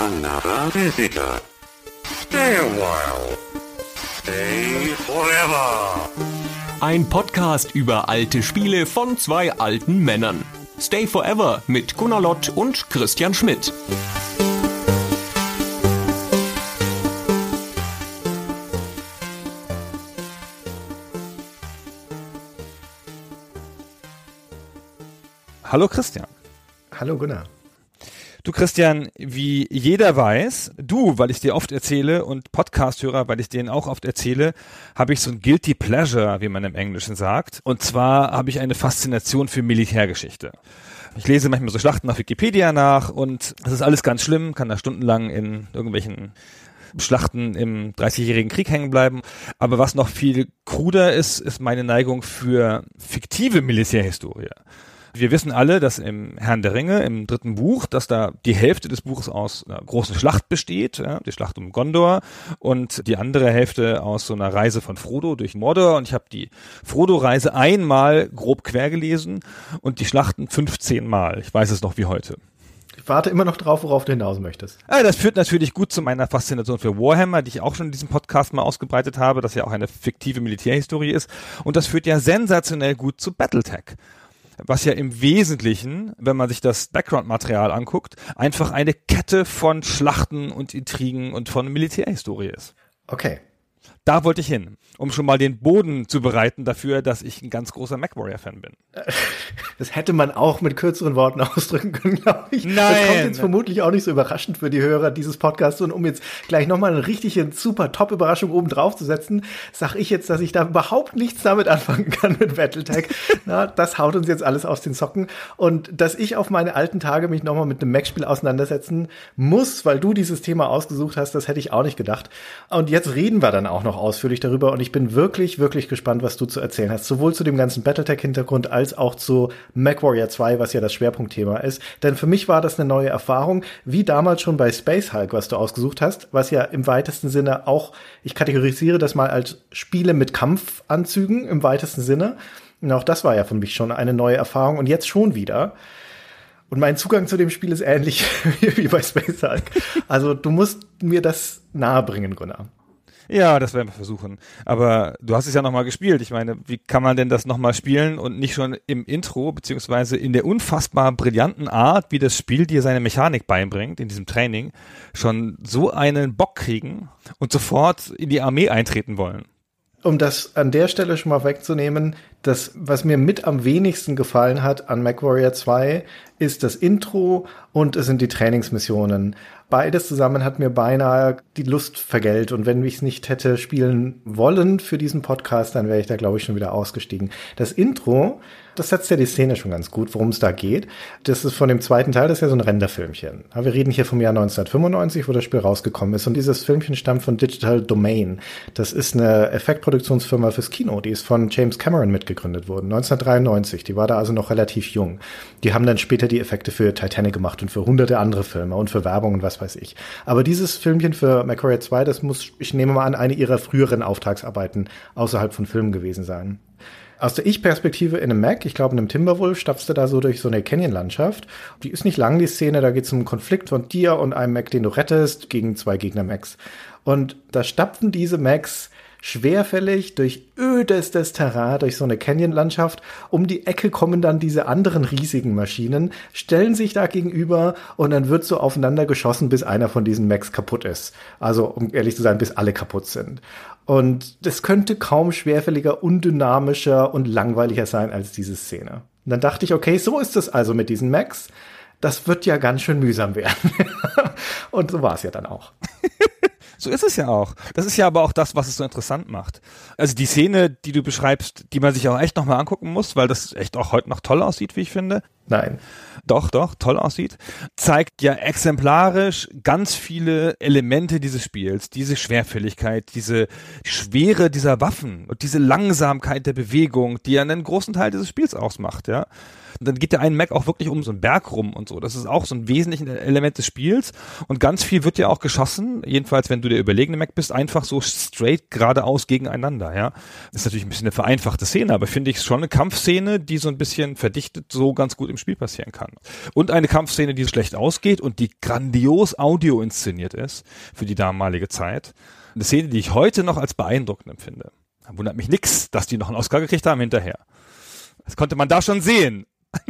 another visitor. Stay a while. Stay forever. Ein Podcast über alte Spiele von zwei alten Männern. Stay Forever mit Gunnar Lott und Christian Schmidt. Hallo Christian. Hallo Gunnar. Du Christian, wie jeder weiß, weil ich dir oft erzähle und Podcast-Hörer, weil ich denen auch oft erzähle, habe ich so ein Guilty Pleasure, wie man im Englischen sagt. Und zwar habe ich eine Faszination für Militärgeschichte. Ich lese manchmal so Schlachten auf Wikipedia nach und das ist alles ganz schlimm, kann da stundenlang in irgendwelchen Schlachten im 30-jährigen Krieg hängen bleiben. Aber was noch viel kruder ist meine Neigung für fiktive Militärhistorie. Wir wissen alle, dass im Herrn der Ringe, im 3. Buch, dass da die Hälfte des Buches aus einer großen Schlacht besteht, ja, die Schlacht um Gondor, und die andere Hälfte aus so einer Reise von Frodo durch Mordor. Und ich habe die Frodo-Reise einmal grob quer gelesen und die Schlachten 15 Mal. Ich weiß es noch wie heute. Ich warte immer noch drauf, worauf du hinaus möchtest. Das führt natürlich gut zu meiner Faszination für Warhammer, die ich auch schon in diesem Podcast mal ausgebreitet habe, das ja auch eine fiktive Militärhistorie ist. Und das führt ja sensationell gut zu Battletech. Was ja im Wesentlichen, wenn man sich das Background-Material anguckt, einfach eine Kette von Schlachten und Intrigen und von Militärhistorie ist. Okay. Da wollte ich hin, um schon mal den Boden zu bereiten dafür, dass ich ein ganz großer MechWarrior-Fan bin. Das hätte man auch mit kürzeren Worten ausdrücken können, glaube ich. Nein. Das kommt jetzt vermutlich auch nicht so überraschend für die Hörer dieses Podcasts. Und um jetzt gleich nochmal eine richtige super Top-Überraschung oben drauf zu setzen, sage ich jetzt, dass ich da überhaupt nichts damit anfangen kann mit Battletech. Na, das haut uns jetzt alles aus den Socken. Und dass ich auf meine alten Tage mich nochmal mit einem Mech-Spiel auseinandersetzen muss, weil du dieses Thema ausgesucht hast, das hätte ich auch nicht gedacht. Und jetzt reden wir dann auch noch ausführlich darüber und ich bin wirklich, wirklich gespannt, was du zu erzählen hast. Sowohl zu dem ganzen Battletech-Hintergrund als auch zu MechWarrior 2, was ja das Schwerpunktthema ist. Denn für mich war das eine neue Erfahrung, wie damals schon bei Space Hulk, was du ausgesucht hast, was ja im weitesten Sinne auch, ich kategorisiere das mal als Spiele mit Kampfanzügen im weitesten Sinne. Und auch das war ja für mich schon eine neue Erfahrung und jetzt schon wieder. Und mein Zugang zu dem Spiel ist ähnlich wie bei Space Hulk. Also du musst mir das nahebringen, Gunnar. Ja, das werden wir versuchen. Aber du hast es ja nochmal gespielt. Ich meine, wie kann man denn das nochmal spielen und nicht schon im Intro, beziehungsweise in der unfassbar brillanten Art, wie das Spiel dir seine Mechanik beibringt, in diesem Training, schon so einen Bock kriegen und sofort in die Armee eintreten wollen? Um das an der Stelle schon mal wegzunehmen, das, was mir mit am wenigsten gefallen hat an MechWarrior 2, ist das Intro und es sind die Trainingsmissionen. Beides zusammen hat mir beinahe die Lust vergällt. Und wenn ich es nicht hätte spielen wollen für diesen Podcast, dann wäre ich da, glaube ich, schon wieder ausgestiegen. Das Intro, das setzt ja die Szene schon ganz gut, worum es da geht. Das ist von dem zweiten Teil, das ist ja so ein Renderfilmchen. Wir reden hier vom Jahr 1995, wo das Spiel rausgekommen ist. Und dieses Filmchen stammt von Digital Domain. Das ist eine Effektproduktionsfirma fürs Kino. Die ist von James Cameron mitgegründet worden, 1993. Die war da also noch relativ jung. Die haben dann später die Effekte für Titanic gemacht und für hunderte andere Filme und für Werbung und was weiß ich. Aber dieses Filmchen für MechWarrior 2, das muss, ich nehme mal an, eine ihrer früheren Auftragsarbeiten außerhalb von Filmen gewesen sein. Aus der Ich-Perspektive in einem Mac, ich glaube in einem Timberwolf, stapfst du da so durch so eine Canyon-Landschaft. Die ist nicht lang, die Szene, da geht es um einen Konflikt von dir und einem Mac, den du rettest, gegen 2 Gegner-Macs. Und da stapfen diese Macs schwerfällig durch ödestes Terrain, durch so eine Canyon-Landschaft. Um die Ecke kommen dann diese anderen riesigen Maschinen, stellen sich da gegenüber und dann wird so aufeinander geschossen, bis einer von diesen Mechs kaputt ist. Also, um ehrlich zu sein, bis alle kaputt sind. Und das könnte kaum schwerfälliger, undynamischer und langweiliger sein als diese Szene. Und dann dachte ich, okay, so ist es also mit diesen Mechs. Das wird ja ganz schön mühsam werden. Und so war es ja dann auch. So ist es ja auch. Das ist ja aber auch das, was es so interessant macht. Also die Szene, die du beschreibst, die man sich auch echt nochmal angucken muss, weil das echt auch heute noch toll aussieht, wie ich finde. Nein. Doch, toll aussieht. Zeigt ja exemplarisch ganz viele Elemente dieses Spiels. Diese Schwerfälligkeit, diese Schwere dieser Waffen und diese Langsamkeit der Bewegung, die ja einen großen Teil dieses Spiels ausmacht, ja. Und dann geht der einen Mac auch wirklich um so einen Berg rum und so. Das ist auch so ein wesentliches Element des Spiels. Und ganz viel wird ja auch geschossen, jedenfalls wenn du der überlegene Mac bist, einfach so straight geradeaus gegeneinander, ja. Das ist natürlich ein bisschen eine vereinfachte Szene, aber finde ich schon eine Kampfszene, die so ein bisschen verdichtet so ganz gut im Spiel passieren kann. Und eine Kampfszene, die schlecht ausgeht und die grandios Audio inszeniert ist für die damalige Zeit. Eine Szene, die ich heute noch als beeindruckend empfinde. Da wundert mich nix, dass die noch einen Oscar gekriegt haben hinterher. Das konnte man da schon sehen.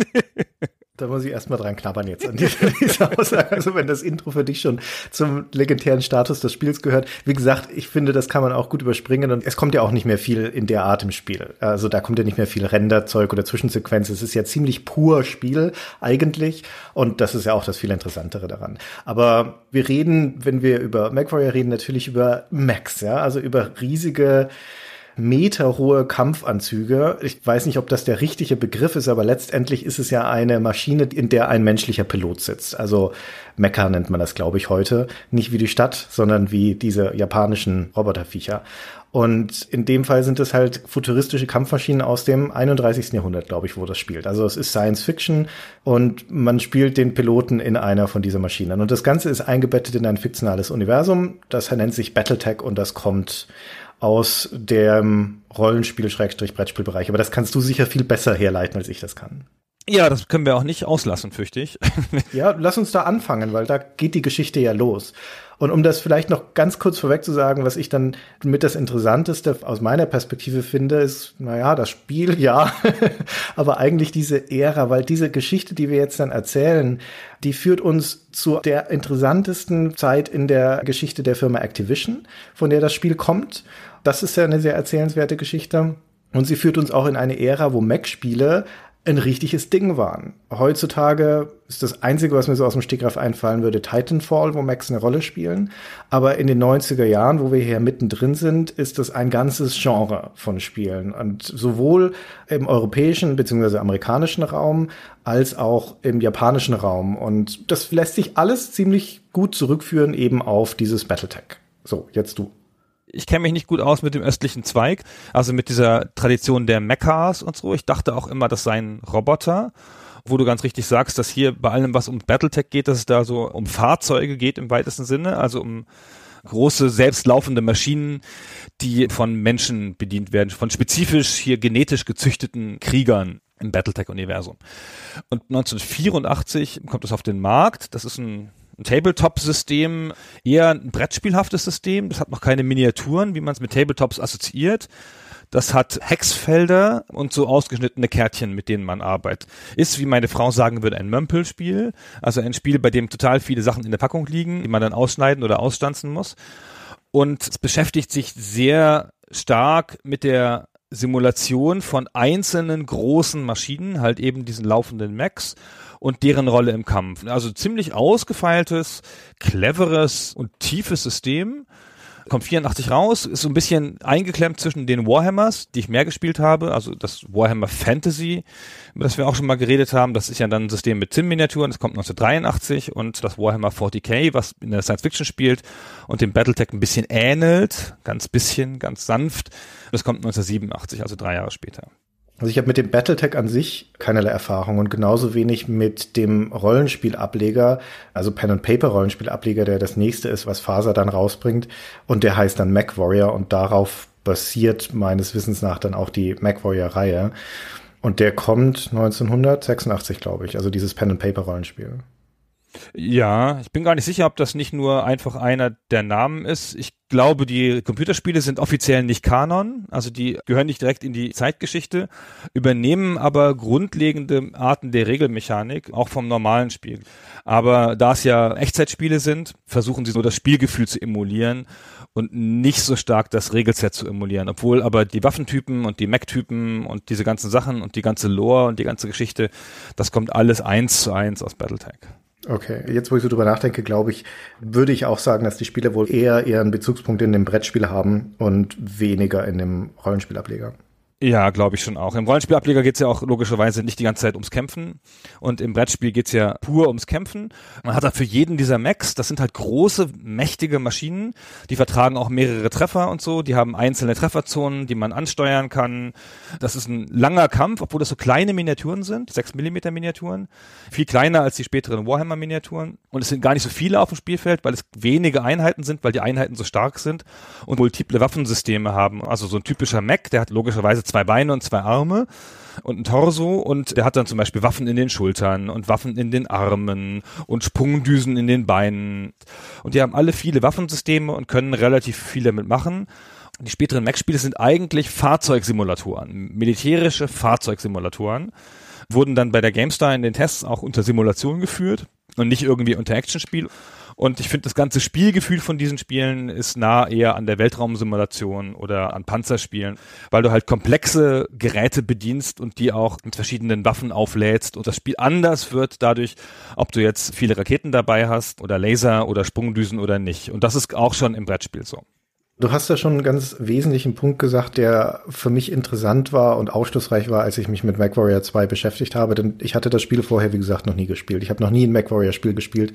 Da muss ich erstmal dran knabbern jetzt an dieser Aussage. Also wenn das Intro für dich schon zum legendären Status des Spiels gehört. Wie gesagt, ich finde, das kann man auch gut überspringen. Und es kommt ja auch nicht mehr viel in der Art im Spiel. Also da kommt ja nicht mehr viel Renderzeug oder Zwischensequenz. Es ist ja ziemlich pur Spiel eigentlich. Und das ist ja auch das viel Interessantere daran. Aber wir reden, wenn wir über MechWarrior reden, natürlich über Mechs, ja, also über riesige meterhohe Kampfanzüge. Ich weiß nicht, ob das der richtige Begriff ist, aber letztendlich ist es ja eine Maschine, in der ein menschlicher Pilot sitzt. Also Mecha nennt man das, glaube ich, heute. Nicht wie die Stadt, sondern wie diese japanischen Roboterviecher. Und in dem Fall sind es halt futuristische Kampfmaschinen aus dem 31. Jahrhundert, glaube ich, wo das spielt. Also es ist Science Fiction und man spielt den Piloten in einer von dieser Maschinen. Und das Ganze ist eingebettet in ein fiktionales Universum. Das nennt sich Battletech und das kommt aus dem Rollenspiel-Brettspielbereich. Aber das kannst du sicher viel besser herleiten, als ich das kann. Ja, das können wir auch nicht auslassen, fürchte ich. Ja, lass uns da anfangen, weil da geht die Geschichte ja los. Und um das vielleicht noch ganz kurz vorweg zu sagen, was ich dann mit das Interessanteste aus meiner Perspektive finde, ist, naja, das Spiel, ja, aber eigentlich diese Ära, weil diese Geschichte, die wir jetzt dann erzählen, die führt uns zu der interessantesten Zeit in der Geschichte der Firma Activision, von der das Spiel kommt. Das ist ja eine sehr erzählenswerte Geschichte. Und sie führt uns auch in eine Ära, wo Mech-Spiele ein richtiges Ding waren. Heutzutage ist das Einzige, was mir so aus dem Stegreif einfallen würde, Titanfall, wo Mechs eine Rolle spielen. Aber in den 90er Jahren, wo wir hier mittendrin sind, ist das ein ganzes Genre von Spielen. Und sowohl im europäischen bzw. amerikanischen Raum als auch im japanischen Raum. Und das lässt sich alles ziemlich gut zurückführen eben auf dieses Battletech. So, jetzt du. Ich kenne mich nicht gut aus mit dem östlichen Zweig, also mit dieser Tradition der Mechas und so. Ich dachte auch immer, das seien Roboter, wo du ganz richtig sagst, dass hier bei allem, was um Battletech geht, dass es da so um Fahrzeuge geht im weitesten Sinne, also um große, selbstlaufende Maschinen, die von Menschen bedient werden, von spezifisch hier genetisch gezüchteten Kriegern im Battletech-Universum. Und 1984 kommt es auf den Markt, das ist ein Tabletop-System, eher ein brettspielhaftes System. Das hat noch keine Miniaturen, wie man es mit Tabletops assoziiert. Das hat Hexfelder und so ausgeschnittene Kärtchen, mit denen man arbeitet. Ist, wie meine Frau sagen würde, ein Mömpelspiel. Also ein Spiel, bei dem total viele Sachen in der Packung liegen, die man dann ausschneiden oder ausstanzen muss. Und es beschäftigt sich sehr stark mit der Simulation von einzelnen großen Maschinen, halt eben diesen laufenden Mechs und deren Rolle im Kampf. Also ziemlich ausgefeiltes, cleveres und tiefes System. Kommt 84 raus, ist so ein bisschen eingeklemmt zwischen den Warhammers, die ich mehr gespielt habe, also das Warhammer Fantasy, über das wir auch schon mal geredet haben, das ist ja dann ein System mit Sim-Miniaturen, das kommt 1983 und das Warhammer 40k, was in der Science-Fiction spielt und dem Battletech ein bisschen ähnelt, ganz sanft, das kommt 1987, also 3 Jahre später. Also ich habe mit dem Battletech an sich keinerlei Erfahrung und genauso wenig mit dem Rollenspielableger, also Pen-and-Paper-Rollenspielableger, der das nächste ist, was Faser dann rausbringt. Und der heißt dann MechWarrior und darauf basiert meines Wissens nach dann auch die MechWarrior-Reihe. Und der kommt 1986, glaube ich, also dieses Pen-and-Paper-Rollenspiel. Ja, ich bin gar nicht sicher, ob das nicht nur einfach einer der Namen ist. Ich glaube, die Computerspiele sind offiziell nicht Kanon, also die gehören nicht direkt in die Zeitgeschichte, übernehmen aber grundlegende Arten der Regelmechanik, auch vom normalen Spiel. Aber da es ja Echtzeitspiele sind, versuchen sie so das Spielgefühl zu emulieren und nicht so stark das Regelset zu emulieren, obwohl aber die Waffentypen und die Mech-Typen und diese ganzen Sachen und die ganze Lore und die ganze Geschichte, das kommt alles 1:1 aus Battletech. Okay, jetzt wo ich so drüber nachdenke, glaube ich, würde ich auch sagen, dass die Spiele wohl eher einen Bezugspunkt in dem Brettspiel haben und weniger in dem Rollenspielableger. Ja, glaube ich schon auch. Im Rollenspielableger geht's ja auch logischerweise nicht die ganze Zeit ums Kämpfen und im Brettspiel geht's ja pur ums Kämpfen. Man hat da für jeden dieser Mechs, das sind halt große, mächtige Maschinen, die vertragen auch mehrere Treffer und so, die haben einzelne Trefferzonen, die man ansteuern kann. Das ist ein langer Kampf, obwohl das so kleine Miniaturen sind, 6mm Miniaturen, viel kleiner als die späteren Warhammer-Miniaturen und es sind gar nicht so viele auf dem Spielfeld, weil es wenige Einheiten sind, weil die Einheiten so stark sind und multiple Waffensysteme haben. Also so ein typischer Mech, der hat logischerweise 2 Beine und 2 Arme und ein Torso und der hat dann zum Beispiel Waffen in den Schultern und Waffen in den Armen und Sprungdüsen in den Beinen. Und die haben alle viele Waffensysteme und können relativ viel damit machen. Die späteren Mech-Spiele sind eigentlich Fahrzeugsimulatoren, militärische Fahrzeugsimulatoren, wurden dann bei der GameStar in den Tests auch unter Simulation geführt und nicht irgendwie unter Actionspiel. Und ich finde, das ganze Spielgefühl von diesen Spielen ist nah eher an der Weltraumsimulation oder an Panzerspielen, weil du halt komplexe Geräte bedienst und die auch mit verschiedenen Waffen auflädst und das Spiel anders wird dadurch, ob du jetzt viele Raketen dabei hast oder Laser oder Sprungdüsen oder nicht. Und das ist auch schon im Brettspiel so. Du hast da schon einen ganz wesentlichen Punkt gesagt, der für mich interessant war und aufschlussreich war, als ich mich mit MechWarrior 2 beschäftigt habe, denn ich hatte das Spiel vorher, wie gesagt, noch nie gespielt. Ich habe noch nie ein MechWarrior-Spiel gespielt.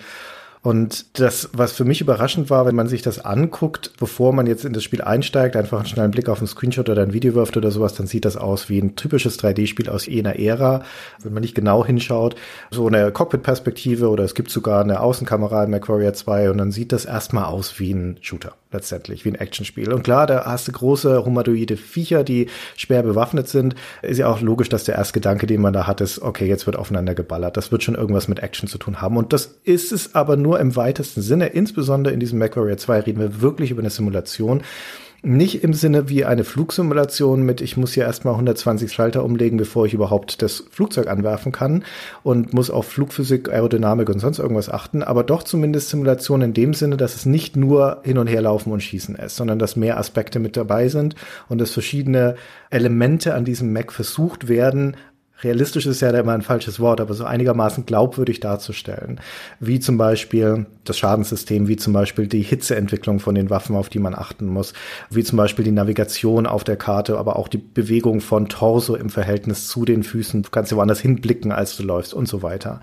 Und das, was für mich überraschend war, wenn man sich das anguckt, bevor man jetzt in das Spiel einsteigt, einfach einen schnellen Blick auf einen Screenshot oder ein Video wirft oder sowas, dann sieht das aus wie ein typisches 3D-Spiel aus jener Ära. Wenn man nicht genau hinschaut, so eine Cockpit-Perspektive oder es gibt sogar eine Außenkamera in MechWarrior 2 und dann sieht das erstmal aus wie ein Shooter. Letztendlich, wie ein Actionspiel. Und klar, da hast du große humanoide Viecher, die schwer bewaffnet sind. Ist ja auch logisch, dass der erste Gedanke, den man da hat, ist, okay, jetzt wird aufeinander geballert. Das wird schon irgendwas mit Action zu tun haben. Und das ist es aber nur im weitesten Sinne. Insbesondere in diesem MechWarrior 2 reden wir wirklich über eine Simulation. Nicht im Sinne wie eine Flugsimulation mit, ich muss hier erstmal 120 Schalter umlegen, bevor ich überhaupt das Flugzeug anwerfen kann und muss auf Flugphysik, Aerodynamik und sonst irgendwas achten, aber doch zumindest Simulation in dem Sinne, dass es nicht nur hin und her laufen und schießen ist, sondern dass mehr Aspekte mit dabei sind und dass verschiedene Elemente an diesem Mech versucht werden, realistisch ist ja da immer ein falsches Wort, aber so einigermaßen glaubwürdig darzustellen. Wie zum Beispiel das Schadenssystem, wie zum Beispiel die Hitzeentwicklung von den Waffen, auf die man achten muss, wie zum Beispiel die Navigation auf der Karte, aber auch die Bewegung von Torso im Verhältnis zu den Füßen. Du kannst ja woanders hinblicken, als du läufst und so weiter.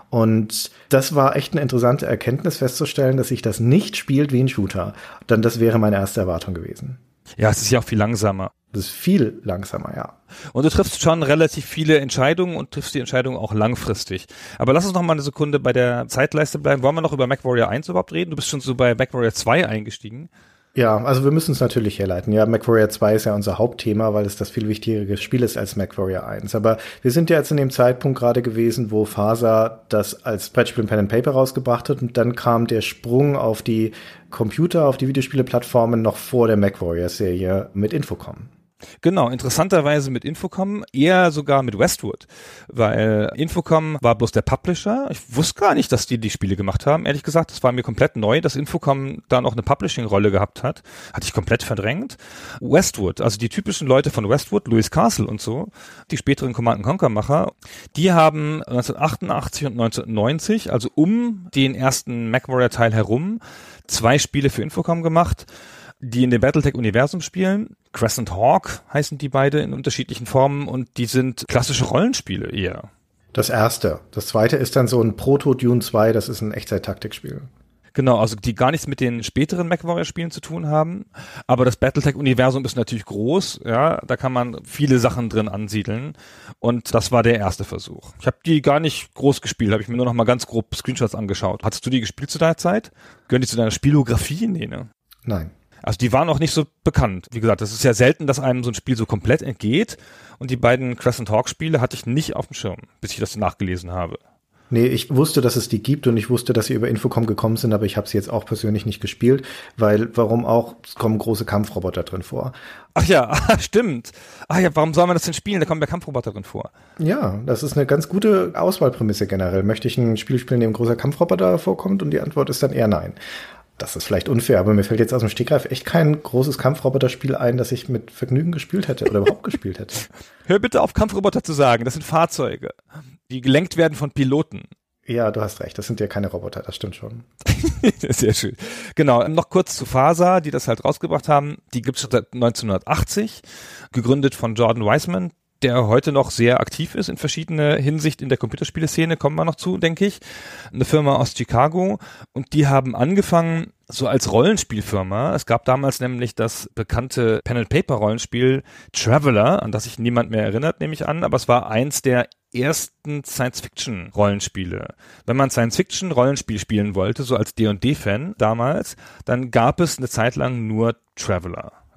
Und das war echt eine interessante Erkenntnis festzustellen, dass sich das nicht spielt wie ein Shooter. Denn das wäre meine erste Erwartung gewesen. Ja, es ist ja auch viel langsamer. Das ist viel langsamer, ja. Und du triffst schon relativ viele Entscheidungen und triffst die Entscheidungen auch langfristig. Aber lass uns noch mal eine Sekunde bei der Zeitleiste bleiben. Wollen wir noch über MechWarrior 1 überhaupt reden? Du bist schon so bei MechWarrior 2 eingestiegen. Ja, also wir müssen es natürlich herleiten. Ja, MechWarrior 2 ist ja unser Hauptthema, weil es das viel wichtigere Spiel ist als MechWarrior 1. Aber wir sind ja jetzt in dem Zeitpunkt gerade gewesen, wo Faser das als Brettspiel Pen and Paper rausgebracht hat und dann kam der Sprung auf die Computer, auf die Videospiele-Plattformen noch vor der MechWarrior-Serie mit Infocom. Genau, interessanterweise mit Infocom, eher sogar mit Westwood, weil Infocom war bloß der Publisher. Ich wusste gar nicht, dass die Spiele gemacht haben. Ehrlich gesagt, das war mir komplett neu, dass Infocom da noch eine Publishing-Rolle gehabt hat. Hatte ich komplett verdrängt. Westwood, also die typischen Leute von Westwood, Lewis Castle und so, die späteren Command & Conquer-Macher, die haben 1988 und 1990, also um den ersten MechWarrior-Teil herum, 2 Spiele für Infocom gemacht, die in dem Battletech-Universum spielen. Crescent Hawk heißen die beide in unterschiedlichen Formen und die sind klassische Rollenspiele eher. Das erste. Das zweite ist dann so ein Proto-Dune 2, das ist ein Echtzeit-Taktikspiel. Genau, also die gar nichts mit den späteren MechWarrior-Spielen zu tun haben, aber das Battletech-Universum ist natürlich groß, ja, da kann man viele Sachen drin ansiedeln und das war der erste Versuch. Ich habe die gar nicht groß gespielt, habe ich mir nur noch mal ganz grob Screenshots angeschaut. Hattest du die gespielt zu deiner Zeit? Gehören die zu deiner Spielografie? Nee, ne? Nein. Also die waren auch nicht so bekannt. Wie gesagt, das ist ja selten, dass einem so ein Spiel so komplett entgeht. Und die beiden Crescent Hawk Spiele hatte ich nicht auf dem Schirm, bis ich das nachgelesen habe. Nee, ich wusste, dass es die gibt und ich wusste, dass sie über Infocom gekommen sind, aber ich habe sie jetzt auch persönlich nicht gespielt, weil, warum auch, es kommen große Kampfroboter drin vor. Ach ja, stimmt. Ach ja, warum soll man das denn spielen? Da kommen ja Kampfroboter drin vor. Ja, das ist eine ganz gute Auswahlprämisse generell. Möchte ich ein Spiel spielen, in dem ein großer Kampfroboter vorkommt? Und die Antwort ist dann eher nein. Das ist vielleicht unfair, aber mir fällt jetzt aus dem Stegreif echt kein großes Kampfroboter-Spiel ein, das ich mit Vergnügen gespielt hätte oder überhaupt gespielt hätte. Hör bitte auf, Kampfroboter zu sagen. Das sind Fahrzeuge, die gelenkt werden von Piloten. Ja, du hast recht. Das sind ja keine Roboter, das stimmt schon. Sehr schön. Genau, noch kurz zu Faser, die das halt rausgebracht haben. Die gibt's seit 1980, gegründet von Jordan Weissman, der heute noch sehr aktiv ist in verschiedener Hinsicht in der Computerspieleszene, kommen wir noch zu, denke ich. Eine Firma aus Chicago und die haben angefangen so als Rollenspielfirma. Es gab damals nämlich das bekannte Pen-and-Paper-Rollenspiel Traveler, an das sich niemand mehr erinnert, nehme ich an, aber es war eins der ersten Science-Fiction-Rollenspiele. Wenn man Science-Fiction-Rollenspiel spielen wollte, so als D&D-Fan damals, dann gab es eine Zeit lang nur Traveler.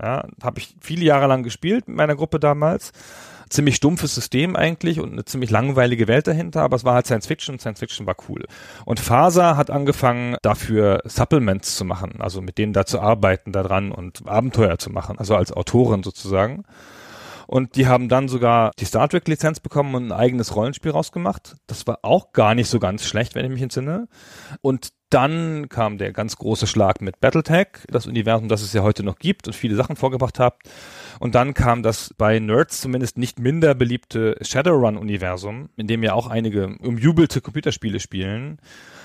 Ja, habe ich viele Jahre lang gespielt mit meiner Gruppe damals. Ziemlich stumpfes System eigentlich und eine ziemlich langweilige Welt dahinter, aber es war halt Science Fiction und Science Fiction war cool. Und FASA hat angefangen, dafür Supplements zu machen, also mit denen da zu arbeiten daran und Abenteuer zu machen, also als Autoren sozusagen. Und die haben dann sogar die Star Trek Lizenz bekommen und ein eigenes Rollenspiel rausgemacht. Das war auch gar nicht so ganz schlecht, wenn ich mich entsinne. Und dann kam der ganz große Schlag mit Battletech, das Universum, das es ja heute noch gibt und viele Sachen vorgebracht hat. Und dann kam das bei Nerds zumindest nicht minder beliebte Shadowrun-Universum, in dem ja auch einige umjubelte Computerspiele spielen.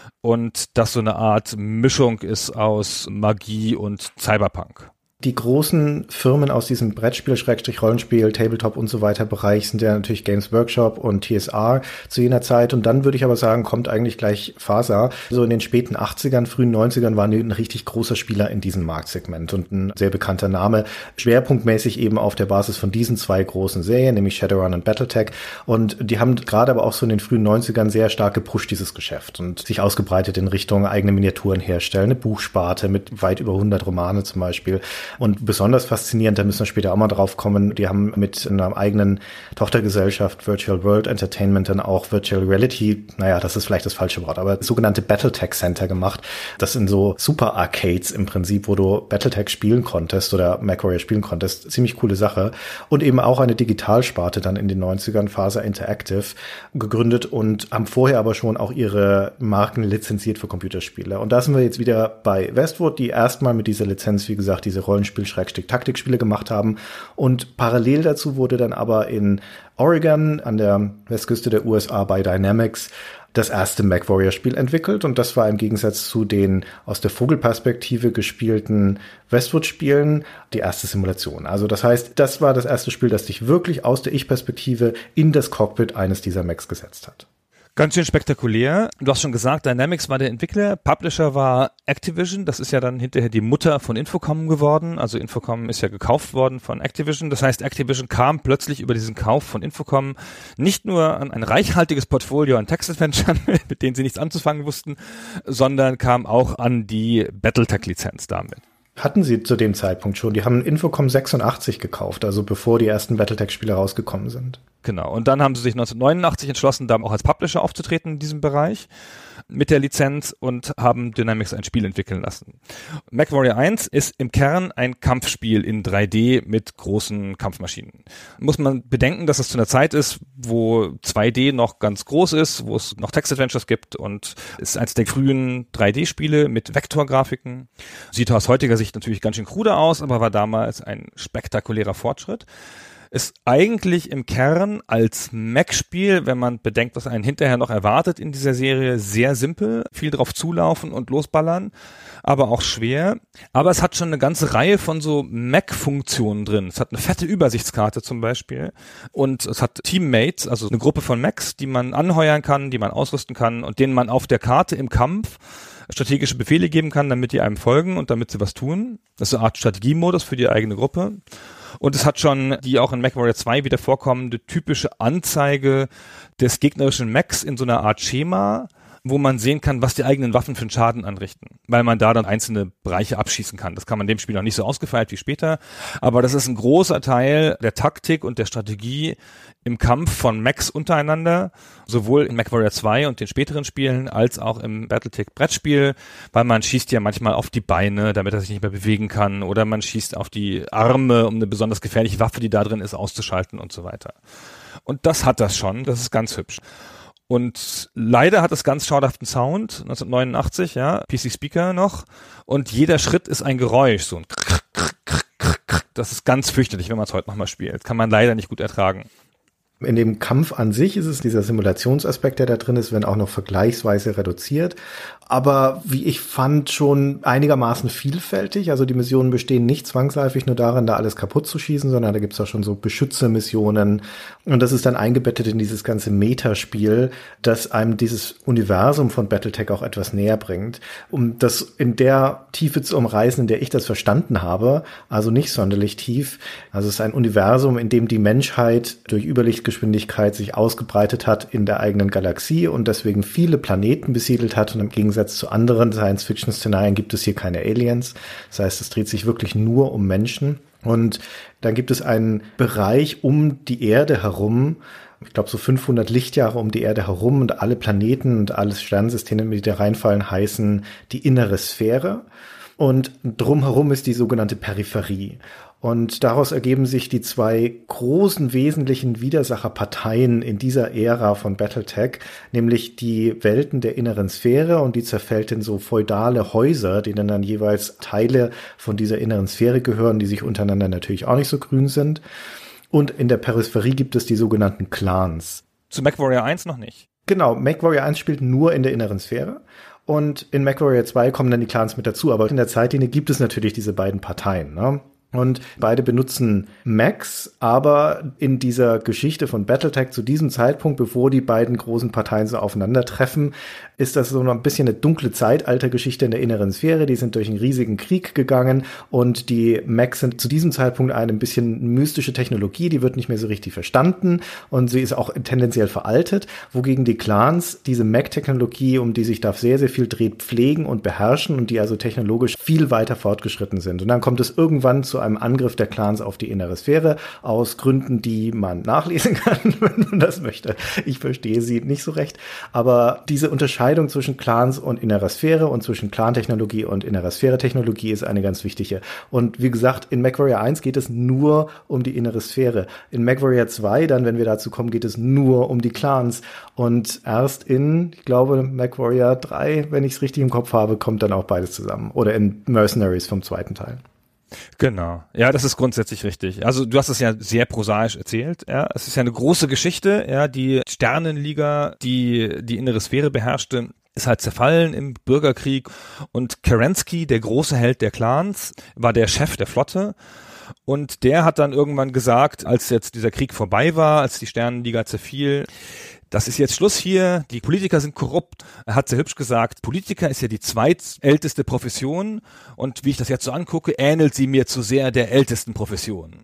Und das so eine Art Mischung ist aus Magie und Cyberpunk. Die großen Firmen aus diesem Brettspiel, Rollenspiel, Tabletop und so weiter Bereich sind ja natürlich Games Workshop und TSR zu jener Zeit. Und dann würde ich aber sagen, kommt eigentlich gleich FASA. So in den späten 80ern, frühen 90ern waren die ein richtig großer Spieler in diesem Marktsegment und ein sehr bekannter Name. Schwerpunktmäßig eben auf der Basis von diesen zwei großen Serien, nämlich Shadowrun und Battletech. Und die haben gerade aber auch so in den frühen 90ern sehr stark gepusht, dieses Geschäft, und sich ausgebreitet in Richtung eigene Miniaturen herstellen, eine Buchsparte mit weit über 100 Romane zum Beispiel. Und besonders faszinierend, da müssen wir später auch mal drauf kommen, die haben mit einer eigenen Tochtergesellschaft Virtual World Entertainment dann auch Virtual Reality, naja, das ist vielleicht das falsche Wort, aber sogenannte Battletech Center gemacht. Das sind so Super Arcades im Prinzip, wo du Battletech spielen konntest oder MechWarrior spielen konntest. Ziemlich coole Sache. Und eben auch eine Digitalsparte dann in den 90ern, FASA Interactive, gegründet und haben vorher aber schon auch ihre Marken lizenziert für Computerspiele. Und da sind wir jetzt wieder bei Westwood, die erstmal mit dieser Lizenz, wie gesagt, diese Rollenspiel-Taktikspiele gemacht haben. Und parallel dazu wurde dann aber in Oregon an der Westküste der USA bei Dynamics das erste MechWarrior-Spiel entwickelt. Und das war im Gegensatz zu den aus der Vogelperspektive gespielten Westwood-Spielen die erste Simulation. Also das heißt, das war das erste Spiel, das dich wirklich aus der Ich-Perspektive in das Cockpit eines dieser Mechs gesetzt hat. Ganz schön spektakulär. Du hast schon gesagt, Dynamics war der Entwickler, Publisher war Activision, das ist ja dann hinterher die Mutter von Infocom geworden, also Infocom ist ja gekauft worden von Activision, das heißt Activision kam plötzlich über diesen Kauf von Infocom nicht nur an ein reichhaltiges Portfolio an Text-Adventuren, mit denen sie nichts anzufangen wussten, sondern kam auch an die Battletech-Lizenz damit. Hatten sie zu dem Zeitpunkt schon. Die haben Infocom 86 gekauft, also bevor die ersten Battletech-Spiele rausgekommen sind. Genau. Und dann haben sie sich 1989 entschlossen, da auch als Publisher aufzutreten in diesem Bereich mit der Lizenz und haben Dynamics ein Spiel entwickeln lassen. MechWarrior 1 ist im Kern ein Kampfspiel in 3D mit großen Kampfmaschinen. Muss man bedenken, dass es zu einer Zeit ist, wo 2D noch ganz groß ist, wo es noch Text-Adventures gibt und ist eines der frühen 3D-Spiele mit Vektorgrafiken. Sieht aus heutiger Sicht natürlich ganz schön krude aus, aber war damals ein spektakulärer Fortschritt. Ist eigentlich im Kern als Mech-Spiel, wenn man bedenkt, was einen hinterher noch erwartet in dieser Serie, sehr simpel, viel drauf zulaufen und losballern, aber auch schwer. Aber es hat schon eine ganze Reihe von so Mech-Funktionen drin. Es hat eine fette Übersichtskarte zum Beispiel und es hat Teammates, also eine Gruppe von Mechs, die man anheuern kann, die man ausrüsten kann und denen man auf der Karte im Kampf strategische Befehle geben kann, damit die einem folgen und damit sie was tun. Das ist eine Art Strategiemodus für die eigene Gruppe. Und es hat schon die auch in MechWarrior 2 wieder vorkommende typische Anzeige des gegnerischen Mechs in so einer Art Schema, wo man sehen kann, was die eigenen Waffen für einen Schaden anrichten, weil man da dann einzelne Bereiche abschießen kann. Das kann man dem Spiel noch nicht so ausgefeilt wie später, aber das ist ein großer Teil der Taktik und der Strategie im Kampf von Mechs untereinander, sowohl in MechWarrior 2 und den späteren Spielen als auch im Battletech-Brettspiel, weil man schießt ja manchmal auf die Beine, damit er sich nicht mehr bewegen kann, oder man schießt auf die Arme, um eine besonders gefährliche Waffe, die da drin ist, auszuschalten und so weiter. Und das hat das schon, das ist ganz hübsch. Und leider hat es ganz schauderhaften Sound, 1989, ja, PC-Speaker noch, und jeder Schritt ist ein Geräusch, so ein das ist ganz fürchterlich, wenn man es heute nochmal spielt. Kann man leider nicht gut ertragen. In dem Kampf an sich ist es dieser Simulationsaspekt, der da drin ist, wenn auch noch vergleichsweise reduziert. Aber wie ich fand, schon einigermaßen vielfältig. Also die Missionen bestehen nicht zwangsläufig nur darin, da alles kaputt zu schießen, sondern da gibt's auch schon so Beschütze-Missionen. Und das ist dann eingebettet in dieses ganze Metaspiel, das einem dieses Universum von Battletech auch etwas näher bringt. Um das in der Tiefe zu umreißen, in der ich das verstanden habe, also nicht sonderlich tief. Also es ist ein Universum, in dem die Menschheit durch Überlichtgeschwindigkeit sich ausgebreitet hat in der eigenen Galaxie und deswegen viele Planeten besiedelt hat. Und im Gegensatz zu anderen Science-Fiction-Szenarien gibt es hier keine Aliens. Das heißt, es dreht sich wirklich nur um Menschen. Und dann gibt es einen Bereich um die Erde herum, ich glaube so 500 Lichtjahre um die Erde herum, und alle Planeten und alles Sternensysteme, die da reinfallen, heißen die innere Sphäre. Und drumherum ist die sogenannte Peripherie. Und daraus ergeben sich die zwei großen wesentlichen Widersacherparteien in dieser Ära von Battletech, nämlich die Welten der inneren Sphäre, und die zerfällt in so feudale Häuser, denen dann jeweils Teile von dieser inneren Sphäre gehören, die sich untereinander natürlich auch nicht so grün sind. Und in der Peripherie gibt es die sogenannten Clans. Zu MechWarrior 1 noch nicht. Genau, MechWarrior 1 spielt nur in der inneren Sphäre. Und in MechWarrior 2 kommen dann die Clans mit dazu. Aber in der Zeitlinie gibt es natürlich diese beiden Parteien, ne? Und beide benutzen Mechs, aber in dieser Geschichte von Battletech zu diesem Zeitpunkt, bevor die beiden großen Parteien so aufeinandertreffen, ist das so noch ein bisschen eine dunkle Zeitaltergeschichte in der inneren Sphäre. Die sind durch einen riesigen Krieg gegangen, und die Mechs sind zu diesem Zeitpunkt eine ein bisschen mystische Technologie, die wird nicht mehr so richtig verstanden, und sie ist auch tendenziell veraltet, wogegen die Clans diese Mech-Technologie, um die sich da sehr, sehr viel dreht, pflegen und beherrschen, und die also technologisch viel weiter fortgeschritten sind. Und dann kommt es irgendwann zu einem Angriff der Clans auf die innere Sphäre, aus Gründen, die man nachlesen kann, wenn man das möchte. Ich verstehe sie nicht so recht, aber diese Unterscheidung zwischen Clans und innerer Sphäre und zwischen Clan-Technologie und innerer Sphäre-Technologie ist eine ganz wichtige. Und wie gesagt, in MechWarrior 1 geht es nur um die innere Sphäre. In MechWarrior 2, dann, wenn wir dazu kommen, geht es nur um die Clans. Und erst in, ich glaube, MechWarrior 3, wenn ich es richtig im Kopf habe, kommt dann auch beides zusammen. Oder in Mercenaries vom zweiten Teil. Genau. Ja, das ist grundsätzlich richtig. Also du hast es ja sehr prosaisch erzählt. Ja, es ist ja eine große Geschichte. Ja, die Sternenliga, die innere Sphäre beherrschte, ist halt zerfallen im Bürgerkrieg. Und Kerensky, der große Held der Clans, war der Chef der Flotte. Und der hat dann irgendwann gesagt, als jetzt dieser Krieg vorbei war, als die Sternenliga zerfiel, das ist jetzt Schluss hier, die Politiker sind korrupt. Er hat sehr hübsch gesagt, Politiker ist ja die zweitälteste Profession, und wie ich das jetzt so angucke, ähnelt sie mir zu sehr der ältesten Profession.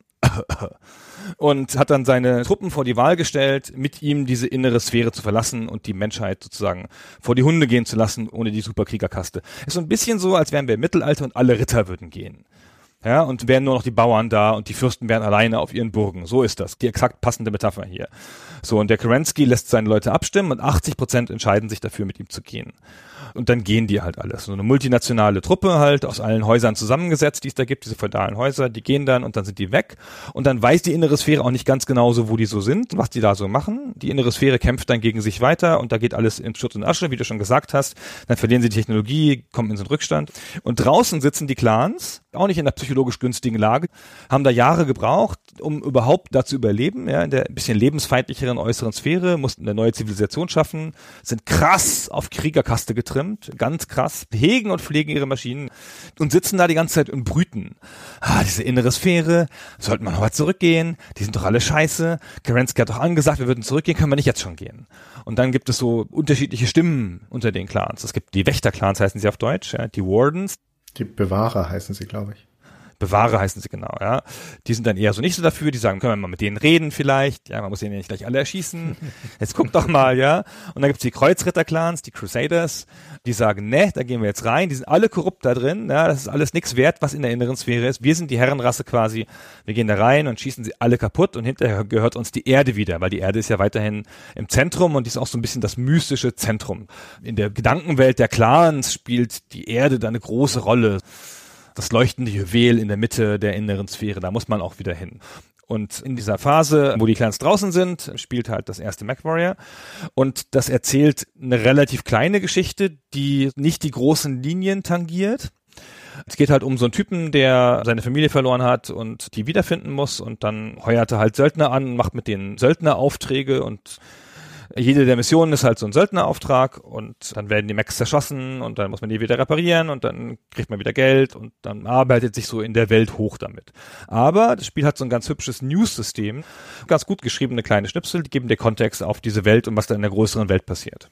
Und hat dann seine Truppen vor die Wahl gestellt, mit ihm diese innere Sphäre zu verlassen und die Menschheit sozusagen vor die Hunde gehen zu lassen, ohne die Superkriegerkaste. Ist so ein bisschen so, als wären wir im Mittelalter und alle Ritter würden gehen. Ja, und wären nur noch die Bauern da und die Fürsten wären alleine auf ihren Burgen. So ist das. Die exakt passende Metapher hier. So, und der Kerensky lässt seine Leute abstimmen, und 80% entscheiden sich dafür, mit ihm zu gehen. Und dann gehen die halt alles. So eine multinationale Truppe halt aus allen Häusern zusammengesetzt, die es da gibt, diese feudalen Häuser, die gehen dann und dann sind die weg. Und dann weiß die innere Sphäre auch nicht ganz genau so, wo die so sind, was die da so machen. Die innere Sphäre kämpft dann gegen sich weiter, und da geht alles in Schutt und Asche, wie du schon gesagt hast. Dann verlieren sie die Technologie, kommen in so einen Rückstand. Und draußen sitzen die Clans, auch nicht in einer psychologisch günstigen Lage, haben da Jahre gebraucht, um überhaupt da zu überleben, ja, in der ein bisschen lebensfeindlicheren äußeren Sphäre, mussten eine neue Zivilisation schaffen, sind krass auf Kriegerkaste getrimmt, ganz krass, hegen und pflegen ihre Maschinen und sitzen da die ganze Zeit und brüten. Diese innere Sphäre, sollte man heute zurückgehen, die sind doch alle scheiße, Kerensky hat doch angesagt, wir würden zurückgehen, können wir nicht jetzt schon gehen. Und dann gibt es so unterschiedliche Stimmen unter den Clans. Es gibt die Wächterclans, heißen sie auf Deutsch, ja, die Wardens. Die Bewahrer heißen sie, glaube ich. Bewahrer heißen sie genau, ja. Die sind dann eher so nicht so dafür, die sagen, können wir mal mit denen reden vielleicht, ja, man muss denen ja nicht gleich alle erschießen, jetzt guck doch mal, ja. Und dann gibt's die Kreuzritter-Clans, die Crusaders, die sagen, ne, da gehen wir jetzt rein, die sind alle korrupt da drin, ja, das ist alles nichts wert, was in der inneren Sphäre ist, wir sind die Herrenrasse quasi, wir gehen da rein und schießen sie alle kaputt, und hinterher gehört uns die Erde wieder, weil die Erde ist ja weiterhin im Zentrum, und die ist auch so ein bisschen das mystische Zentrum. In der Gedankenwelt der Clans spielt die Erde da eine große Rolle. Das leuchtende Juwel in der Mitte der inneren Sphäre, da muss man auch wieder hin. Und in dieser Phase, wo die Clans draußen sind, spielt halt das erste MechWarrior. Und das erzählt eine relativ kleine Geschichte, die nicht die großen Linien tangiert. Es geht halt um so einen Typen, der seine Familie verloren hat und die wiederfinden muss, und dann heuert er halt Söldner an, macht mit denen Söldneraufträge, und jede der Missionen ist halt so ein Söldnerauftrag, und dann werden die Mechs zerschossen und dann muss man die wieder reparieren und dann kriegt man wieder Geld und dann arbeitet sich so in der Welt hoch damit. Aber das Spiel hat so ein ganz hübsches News-System, ganz gut geschriebene kleine Schnipsel, die geben dir Kontext auf diese Welt und was da in der größeren Welt passiert.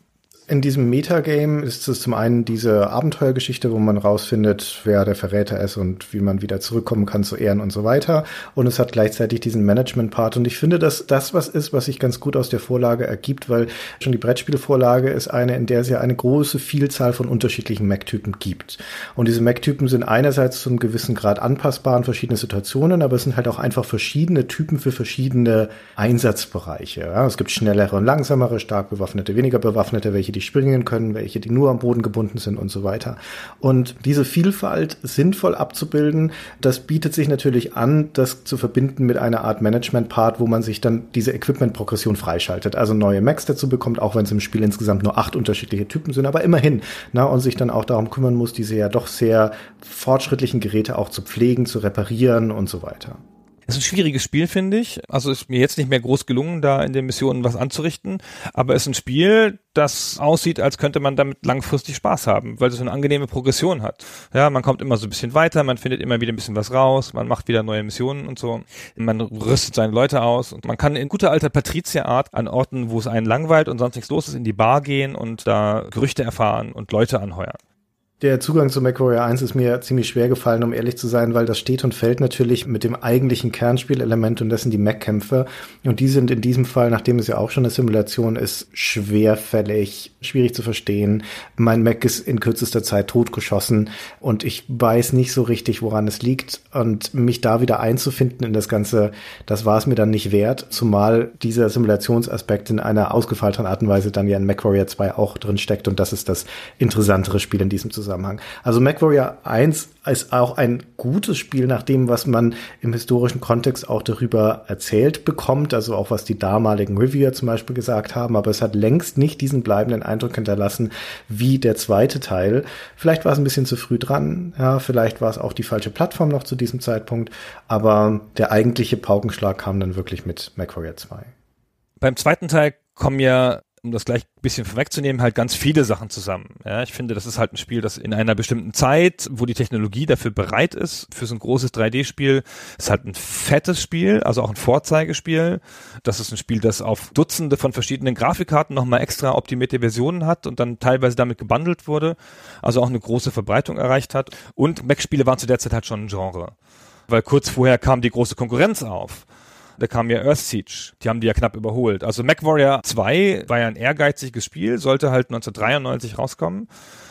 in diesem Metagame ist es zum einen diese Abenteuergeschichte, wo man rausfindet, wer der Verräter ist und wie man wieder zurückkommen kann zu Ehren und so weiter. Und es hat gleichzeitig diesen Management-Part. Und ich finde, dass das was ist, was sich ganz gut aus der Vorlage ergibt, weil schon die Brettspielvorlage ist eine, in der es ja eine große Vielzahl von unterschiedlichen Mech-Typen gibt. Und diese Mech-Typen sind einerseits zu einem gewissen Grad anpassbar in verschiedene Situationen, aber es sind halt auch einfach verschiedene Typen für verschiedene Einsatzbereiche. Ja, es gibt schnellere und langsamere, stark bewaffnete, weniger bewaffnete, welche die springen können, welche die nur am Boden gebunden sind und so weiter. Und diese Vielfalt sinnvoll abzubilden, das bietet sich natürlich an, das zu verbinden mit einer Art Management-Part, wo man sich dann diese Equipment-Progression freischaltet, also neue Mechs dazu bekommt, auch wenn es im Spiel insgesamt nur 8 unterschiedliche Typen sind, aber immerhin, und sich dann auch darum kümmern muss, diese ja doch sehr fortschrittlichen Geräte auch zu pflegen, zu reparieren und so weiter. Es ist ein schwieriges Spiel, finde ich. Also ist mir jetzt nicht mehr groß gelungen, da in den Missionen was anzurichten. Aber es ist ein Spiel, das aussieht, als könnte man damit langfristig Spaß haben, weil es so eine angenehme Progression hat. Ja, man kommt immer so ein bisschen weiter, man findet immer wieder ein bisschen was raus, man macht wieder neue Missionen und so. Man rüstet seine Leute aus und man kann in guter alter Patrizierart an Orten, wo es einen langweilt und sonst nichts los ist, in die Bar gehen und da Gerüchte erfahren und Leute anheuern. Der Zugang zu MechWarrior 1 ist mir ziemlich schwer gefallen, um ehrlich zu sein, weil das steht und fällt natürlich mit dem eigentlichen Kernspielelement und das sind die Mech-Kämpfe. Und die sind in diesem Fall, nachdem es ja auch schon eine Simulation ist, schwerfällig, schwierig zu verstehen. Mein Mech ist in kürzester Zeit totgeschossen und ich weiß nicht so richtig, woran es liegt. Und mich da wieder einzufinden in das Ganze, das war es mir dann nicht wert, zumal dieser Simulationsaspekt in einer ausgefeilteren Art und Weise dann ja in MechWarrior 2 auch drin steckt und das ist das interessantere Spiel in diesem Zusammenhang. Also MechWarrior 1 ist auch ein gutes Spiel nach dem, was man im historischen Kontext auch darüber erzählt bekommt, also auch was die damaligen Reviewer zum Beispiel gesagt haben, aber es hat längst nicht diesen bleibenden Eindruck hinterlassen wie der zweite Teil. Vielleicht war es ein bisschen zu früh dran, ja, vielleicht war es auch die falsche Plattform noch zu diesem Zeitpunkt, aber der eigentliche Paukenschlag kam dann wirklich mit MechWarrior 2. Beim zweiten Teil kommen ja, um das gleich ein bisschen vorwegzunehmen, halt ganz viele Sachen zusammen. Ja, ich finde, das ist halt ein Spiel, das in einer bestimmten Zeit, wo die Technologie dafür bereit ist, für so ein großes 3D-Spiel, ist halt ein fettes Spiel, also auch ein Vorzeigespiel. Das ist ein Spiel, das auf Dutzende von verschiedenen Grafikkarten nochmal extra optimierte Versionen hat und dann teilweise damit gebundelt wurde, also auch eine große Verbreitung erreicht hat. Und Mech-Spiele waren zu der Zeit halt schon ein Genre. Weil kurz vorher kam die große Konkurrenz auf. Da kam ja Earthsiege, die haben die ja knapp überholt. Also MechWarrior 2 war ja ein ehrgeiziges Spiel, sollte halt 1993 rauskommen.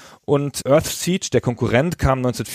Und Earthsiege, der Konkurrent, kam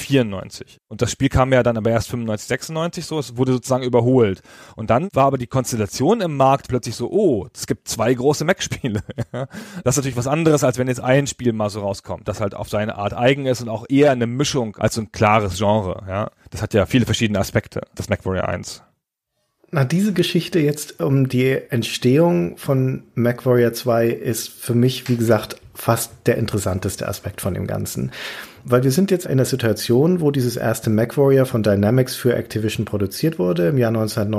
1994. Und das Spiel kam ja dann aber erst 95, 96 so, es wurde sozusagen überholt. Und dann war aber die Konstellation im Markt plötzlich so, oh, es gibt 2 große Mech-Spiele. Das ist natürlich was anderes, als wenn jetzt ein Spiel mal so rauskommt, das halt auf seine Art eigen ist und auch eher eine Mischung als so ein klares Genre. Ja, das hat ja viele verschiedene Aspekte, das MechWarrior 1. Na, diese Geschichte jetzt um die Entstehung von MechWarrior 2 ist für mich, wie gesagt, fast der interessanteste Aspekt von dem Ganzen. Weil wir sind jetzt in der Situation, wo dieses erste MechWarrior von Dynamics für Activision produziert wurde im Jahr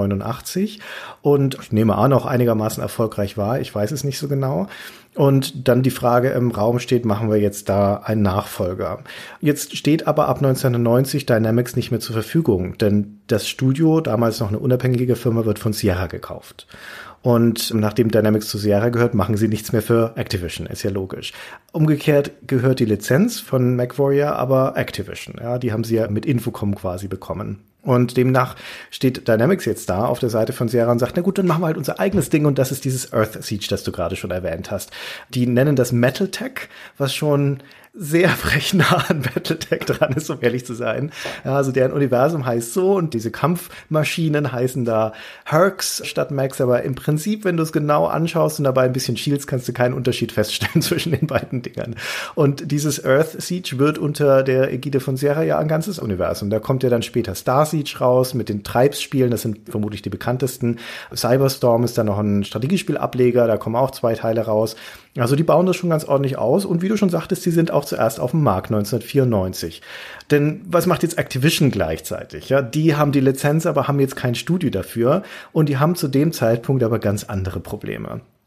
1989 und ich nehme an, auch einigermaßen erfolgreich war, ich weiß es nicht so genau. Und dann die Frage im Raum steht, machen wir jetzt da einen Nachfolger? Jetzt steht aber ab 1990 Dynamics nicht mehr zur Verfügung, denn das Studio, damals noch eine unabhängige Firma, wird von Sierra gekauft. Und nachdem Dynamics zu Sierra gehört, machen sie nichts mehr für Activision, ist ja logisch. Umgekehrt gehört die Lizenz von MechWarrior aber Activision. Ja, die haben sie ja mit Infocom quasi bekommen. Und demnach steht Dynamics jetzt da auf der Seite von Sierra und sagt, na gut, dann machen wir halt unser eigenes Ding und das ist dieses Earthsiege, das du gerade schon erwähnt hast. Die nennen das Metaltech, was schon sehr frech nah an Battletech dran ist, um ehrlich zu sein. Ja, also deren Universum heißt so und diese Kampfmaschinen heißen da Hercs statt Mechs, aber im Prinzip, wenn du es genau anschaust und dabei ein bisschen schielst, kannst du keinen Unterschied feststellen zwischen den beiden Dingern. Und dieses Earthsiege wird unter der Ägide von Sierra ja ein ganzes Universum. Da kommt ja dann später Starsiege raus mit den Tribes-Spielen, das sind vermutlich die bekanntesten. Cyberstorm ist dann noch ein Strategiespielableger, da kommen auch 2 Teile raus. Also die bauen das schon ganz ordentlich aus und wie du schon sagtest, die sind auch zuerst auf dem Markt 1994. Denn was macht jetzt Activision gleichzeitig? Ja, die haben die Lizenz, aber haben jetzt kein Studio dafür und die haben zu dem Zeitpunkt aber ganz andere Probleme.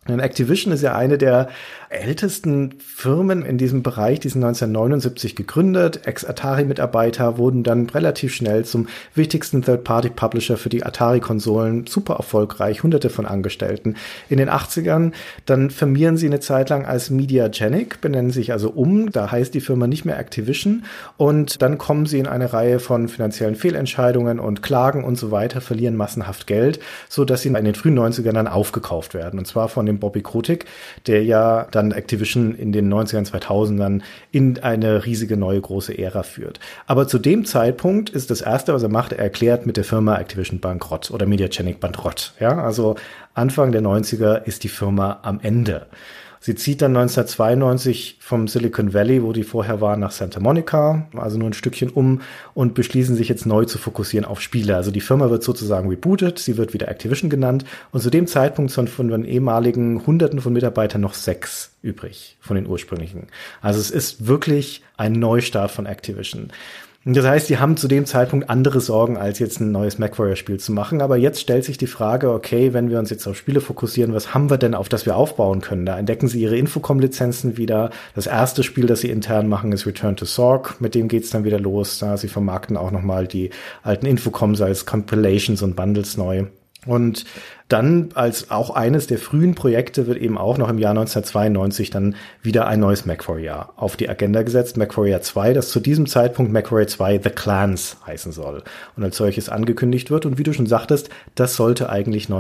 Denn Activision ist ja eine der ältesten Firmen in diesem Bereich, die sind 1979 gegründet. Ex-Atari-Mitarbeiter wurden dann relativ schnell zum wichtigsten Third-Party-Publisher für die Atari-Konsolen. Super erfolgreich, hunderte von Angestellten. In den 80ern, dann firmieren sie eine Zeit lang als Mediagenic, benennen sich also um. Da heißt die Firma nicht mehr Activision. Und dann kommen sie in eine Reihe von finanziellen Fehlentscheidungen und Klagen und so weiter, verlieren massenhaft Geld, so dass sie in den frühen 90ern dann aufgekauft werden. Und zwar von dem Bobby Kotick, der ja dann Activision in den 90ern, 2000ern in eine riesige neue große Ära führt. Aber zu dem Zeitpunkt ist das Erste, was er macht, er erklärt mit der Firma Activision bankrott oder Mediagenic bankrott. Ja, also Anfang der 90er ist die Firma am Ende. Sie zieht dann 1992 vom Silicon Valley, wo die vorher waren, nach Santa Monica, also nur ein Stückchen um, und beschließen sich jetzt neu zu fokussieren auf Spiele. Also die Firma wird sozusagen rebootet, sie wird wieder Activision genannt und zu dem Zeitpunkt sind von den ehemaligen Hunderten von Mitarbeitern noch 6 übrig von den ursprünglichen. Also es ist wirklich ein Neustart von Activision. Das heißt, die haben zu dem Zeitpunkt andere Sorgen, als jetzt ein neues MechWarrior-Spiel zu machen. Aber jetzt stellt sich die Frage, okay, wenn wir uns jetzt auf Spiele fokussieren, was haben wir denn, auf das wir aufbauen können? Da entdecken sie ihre Infocom-Lizenzen wieder. Das erste Spiel, das sie intern machen, ist Return to Zork. Mit dem geht's dann wieder los. Sie vermarkten auch nochmal die alten Infocoms als Compilations und Bundles neu. Und dann als auch eines der frühen Projekte wird eben auch noch im Jahr 1992 dann wieder ein neues MechWarrior auf die Agenda gesetzt. MechWarrior 2, das zu diesem Zeitpunkt MechWarrior 2 The Clans heißen soll und als solches angekündigt wird. Und wie du schon sagtest, das sollte eigentlich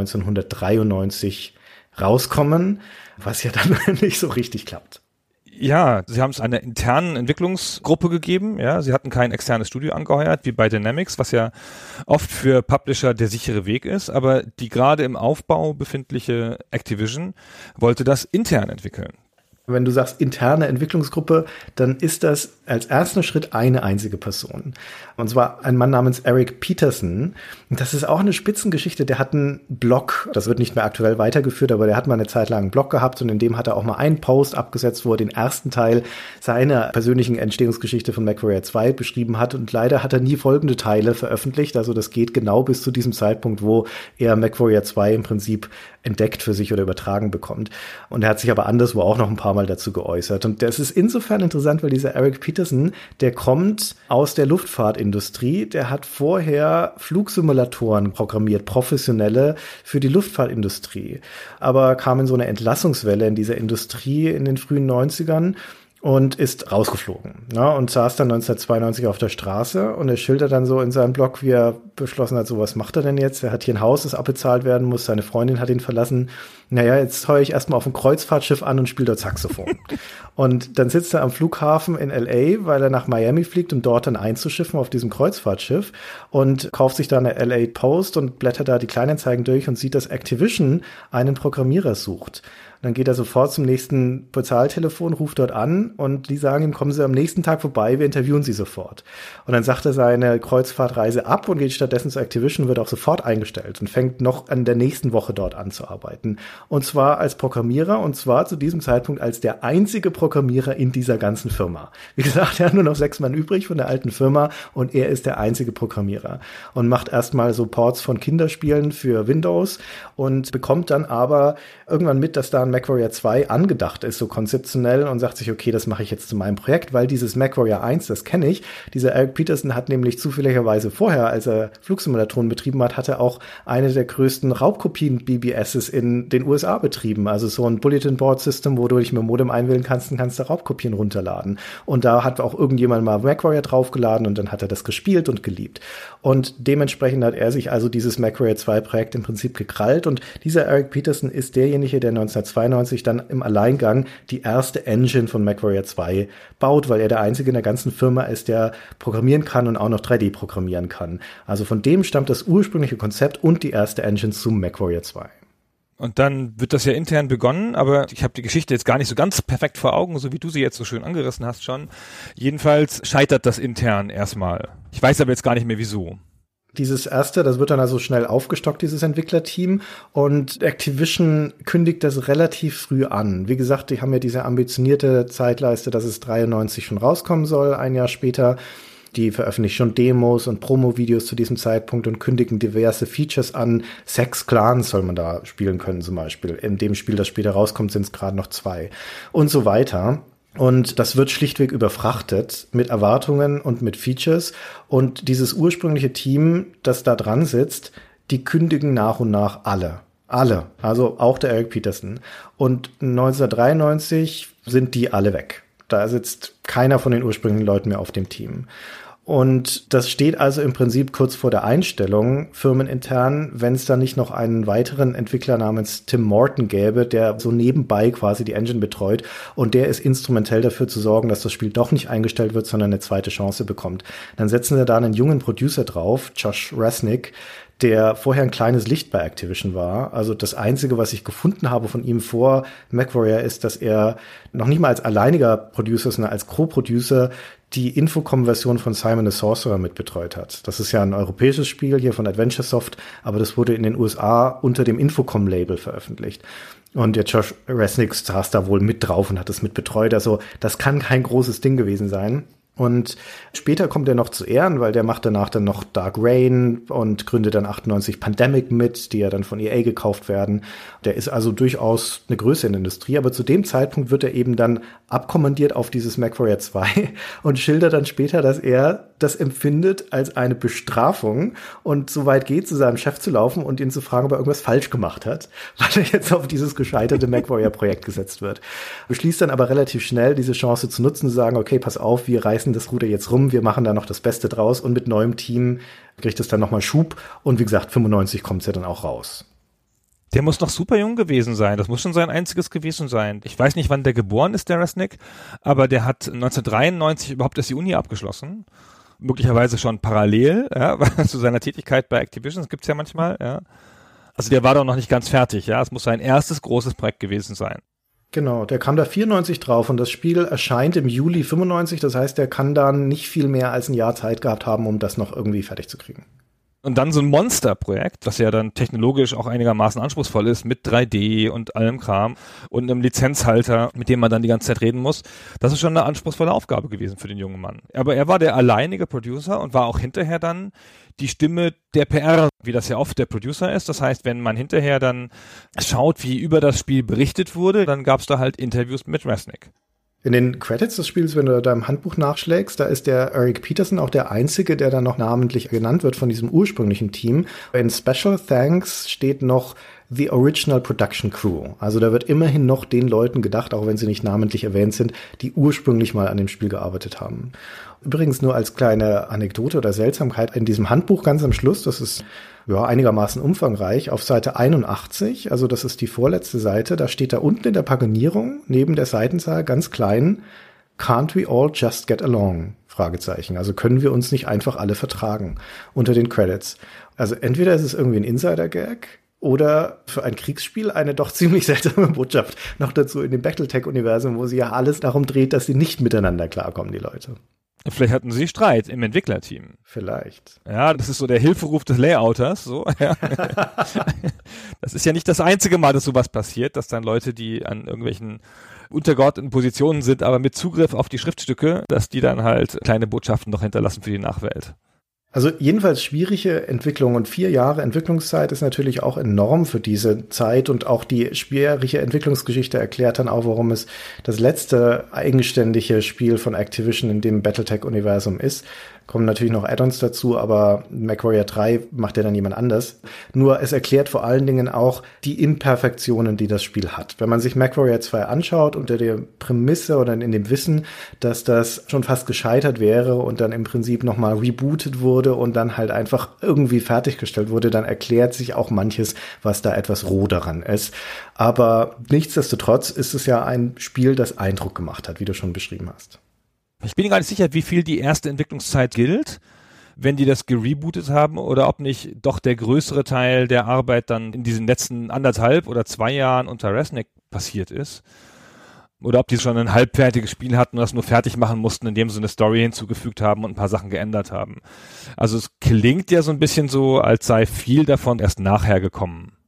1993 rauskommen, was ja dann nicht so richtig klappt. Ja, sie haben es einer internen Entwicklungsgruppe gegeben. Ja, sie hatten kein externes Studio angeheuert, wie bei Dynamics, was ja oft für Publisher der sichere Weg ist. Aber die gerade im Aufbau befindliche Activision wollte das intern entwickeln. Wenn du sagst interne Entwicklungsgruppe, dann ist das als ersten Schritt eine einzige Person. Und zwar ein Mann namens Eric Peterson. Und das ist auch eine Spitzengeschichte. Der hat einen Blog, das wird nicht mehr aktuell weitergeführt, aber der hat mal eine Zeit lang einen Blog gehabt und in dem hat er auch mal einen Post abgesetzt, wo er den ersten Teil seiner persönlichen Entstehungsgeschichte von MechWarrior 2 beschrieben hat. Und leider hat er nie folgende Teile veröffentlicht. Also das geht genau bis zu diesem Zeitpunkt, wo er MechWarrior 2 im Prinzip entdeckt für sich oder übertragen bekommt. Und er hat sich aber anderswo auch noch ein paar Mal dazu geäußert. Und das ist insofern interessant, weil dieser Eric Peterson, der kommt aus der Luftfahrtindustrie. Der hat vorher Flugsimulatoren programmiert, professionelle für die Luftfahrtindustrie. Aber kam in so eine Entlassungswelle in dieser Industrie in den frühen 90ern. Und ist rausgeflogen, ne, und saß dann 1992 auf der Straße und er schildert dann so in seinem Blog, wie er beschlossen hat, so was macht er denn jetzt? Er hat hier ein Haus, das abbezahlt werden muss, seine Freundin hat ihn verlassen. Naja, jetzt heuere ich erstmal auf ein Kreuzfahrtschiff an und spiele dort Saxophon. Und dann sitzt er am Flughafen in L.A., weil er nach Miami fliegt, um dort dann einzuschiffen auf diesem Kreuzfahrtschiff und kauft sich da eine L.A. Post und blättert da die Kleinanzeigen durch und sieht, dass Activision einen Programmierer sucht. Dann geht er sofort zum nächsten Bezahltelefon, ruft dort an und die sagen ihm, kommen Sie am nächsten Tag vorbei, wir interviewen Sie sofort. Und dann sagt er seine Kreuzfahrtreise ab und geht stattdessen zu Activision, wird auch sofort eingestellt und fängt noch an der nächsten Woche dort an zu arbeiten. Und zwar als Programmierer und zwar zu diesem Zeitpunkt als der einzige Programmierer in dieser ganzen Firma. Wie gesagt, er hat nur noch 6 Mann übrig von der alten Firma und er ist der einzige Programmierer und macht erstmal so Ports von Kinderspielen für Windows und bekommt dann aber irgendwann mit, dass da MechWarrior 2 angedacht ist, so konzeptionell und sagt sich, okay, das mache ich jetzt zu meinem Projekt, weil dieses MechWarrior 1, das kenne ich. Dieser Eric Peterson hat nämlich zufälligerweise vorher, als er Flugsimulatoren betrieben hat, hatte auch eine der größten Raubkopien-BBSs in den USA betrieben. Also so ein Bulletin Board System, wo du dich mit dem Modem einwählen kannst und kannst da Raubkopien runterladen. Und da hat auch irgendjemand mal MechWarrior draufgeladen und dann hat er das gespielt und geliebt. Und dementsprechend hat er sich also dieses MechWarrior 2 Projekt im Prinzip gekrallt und dieser Eric Peterson ist derjenige, der 1992 dann im Alleingang die erste Engine von MechWarrior 2 baut, weil er der einzige in der ganzen Firma ist, der programmieren kann und auch noch 3D programmieren kann. Also von dem stammt das ursprüngliche Konzept und die erste Engine zum MechWarrior 2. Und dann wird das ja intern begonnen, aber ich habe die Geschichte jetzt gar nicht so ganz perfekt vor Augen, so wie du sie jetzt so schön angerissen hast schon. Jedenfalls scheitert das intern erstmal. Ich weiß aber jetzt gar nicht mehr wieso. Dieses erste, das wird dann also schnell aufgestockt, dieses Entwicklerteam. Und Activision kündigt das relativ früh an. Wie gesagt, die haben ja diese ambitionierte Zeitleiste, dass es 93 schon rauskommen soll, ein Jahr später. Die veröffentlichen schon Demos und Promo-Videos zu diesem Zeitpunkt und kündigen diverse Features an. 6 Clans soll man da spielen können zum Beispiel. In dem Spiel, das später rauskommt, sind es gerade noch 2 und so weiter. Und das wird schlichtweg überfrachtet mit Erwartungen und mit Features. Und dieses ursprüngliche Team, das da dran sitzt, die kündigen nach und nach alle. Also auch der Eric Peterson. Und 1993 sind die alle weg. Da sitzt keiner von den ursprünglichen Leuten mehr auf dem Team. Und das steht also im Prinzip kurz vor der Einstellung firmenintern, wenn es da nicht noch einen weiteren Entwickler namens Tim Morton gäbe, der so nebenbei quasi die Engine betreut. Und der ist instrumentell dafür zu sorgen, dass das Spiel doch nicht eingestellt wird, sondern eine zweite Chance bekommt. Dann setzen sie da einen jungen Producer drauf, Josh Resnick, der vorher ein kleines Licht bei Activision war. Also das Einzige, was ich gefunden habe von ihm vor MechWarrior, ist, dass er noch nicht mal als alleiniger Producer, sondern als Co-Producer die Infocom-Version von Simon the Sorcerer mitbetreut hat. Das ist ja ein europäisches Spiel hier von AdventureSoft, aber das wurde in den USA unter dem Infocom-Label veröffentlicht. Und der Josh Resnick saß da wohl mit drauf und hat das mitbetreut. Also das kann kein großes Ding gewesen sein. Und später kommt er noch zu Ehren, weil der macht danach dann noch Dark Reign und gründet dann 98 Pandemic mit, die ja dann von EA gekauft werden. Der ist also durchaus eine Größe in der Industrie, aber zu dem Zeitpunkt wird er eben dann abkommandiert auf dieses MechWarrior 2 und schildert dann später, dass er das empfindet als eine Bestrafung und so weit geht, zu seinem Chef zu laufen und ihn zu fragen, ob er irgendwas falsch gemacht hat, weil er jetzt auf dieses gescheiterte MechWarrior-Projekt gesetzt wird. Beschließt dann aber relativ schnell, diese Chance zu nutzen, zu sagen, okay, pass auf, wir reißen das Ruder jetzt rum, wir machen da noch das Beste draus und mit neuem Team kriegt es dann nochmal Schub und wie gesagt, 95 kommt es ja dann auch raus. Der muss noch super jung gewesen sein. Das muss schon sein einziges gewesen sein. Ich weiß nicht, wann der geboren ist, der Resnick, aber der hat 1993 überhaupt erst die Uni abgeschlossen. Möglicherweise schon parallel, ja, zu seiner Tätigkeit bei Activision. Das gibt's ja manchmal, ja. Also der war doch noch nicht ganz fertig, ja. Es muss sein erstes großes Projekt gewesen sein. Genau, der kam da 94 drauf und das Spiel erscheint im Juli 95. Das heißt, der kann dann nicht viel mehr als ein Jahr Zeit gehabt haben, um das noch irgendwie fertig zu kriegen. Und dann so ein Monsterprojekt, was ja dann technologisch auch einigermaßen anspruchsvoll ist, mit 3D und allem Kram und einem Lizenzhalter, mit dem man dann die ganze Zeit reden muss. Das ist schon eine anspruchsvolle Aufgabe gewesen für den jungen Mann. Aber er war der alleinige Producer und war auch hinterher dann die Stimme der PR, wie das ja oft der Producer ist. Das heißt, wenn man hinterher dann schaut, wie über das Spiel berichtet wurde, dann gab es da halt Interviews mit Resnick. In den Credits des Spiels, wenn du da im Handbuch nachschlägst, da ist der Eric Peterson auch der Einzige, der dann noch namentlich genannt wird von diesem ursprünglichen Team. In Special Thanks steht noch The Original Production Crew. Also da wird immerhin noch den Leuten gedacht, auch wenn sie nicht namentlich erwähnt sind, die ursprünglich mal an dem Spiel gearbeitet haben. Übrigens nur als kleine Anekdote oder Seltsamkeit in diesem Handbuch ganz am Schluss, das ist ja einigermaßen umfangreich, auf Seite 81, also das ist die vorletzte Seite, da steht da unten in der Paginierung neben der Seitenzahl ganz klein: Can't we all just get along? Fragezeichen. Also können wir uns nicht einfach alle vertragen unter den Credits. Also entweder ist es irgendwie ein Insider-Gag oder für ein Kriegsspiel eine doch ziemlich seltsame Botschaft. Noch dazu in dem Battletech-Universum, wo sie ja alles darum dreht, dass sie nicht miteinander klarkommen, die Leute. Vielleicht hatten sie Streit im Entwicklerteam. Vielleicht. Ja, das ist so der Hilferuf des Layouters. So. Ja. Das ist ja nicht das einzige Mal, dass sowas passiert, dass dann Leute, die an irgendwelchen untergeordneten Positionen sind, aber mit Zugriff auf die Schriftstücke, dass die dann halt kleine Botschaften noch hinterlassen für die Nachwelt. Also jedenfalls schwierige Entwicklung und 4 Jahre Entwicklungszeit ist natürlich auch enorm für diese Zeit und auch die schwierige Entwicklungsgeschichte erklärt dann auch, warum es das letzte eigenständige Spiel von Activision in dem Battletech-Universum ist. Kommen natürlich noch Add-ons dazu, aber MechWarrior 3 macht ja dann jemand anders. Nur es erklärt vor allen Dingen auch die Imperfektionen, die das Spiel hat. Wenn man sich MechWarrior 2 anschaut, unter der Prämisse oder in dem Wissen, dass das schon fast gescheitert wäre und dann im Prinzip nochmal rebootet wurde und dann halt einfach irgendwie fertiggestellt wurde, dann erklärt sich auch manches, was da etwas roh daran ist. Aber nichtsdestotrotz ist es ja ein Spiel, das Eindruck gemacht hat, wie du schon beschrieben hast. Ich bin gar nicht sicher, wie viel die erste Entwicklungszeit gilt, wenn die das gerebootet haben, oder ob nicht doch der größere Teil der Arbeit dann in diesen letzten 1,5 oder 2 Jahren unter Resnick passiert ist. Oder ob die schon ein halbfertiges Spiel hatten und das nur fertig machen mussten, indem sie eine Story hinzugefügt haben und ein paar Sachen geändert haben. Also es klingt ja so ein bisschen so, als sei viel davon erst nachher gekommen.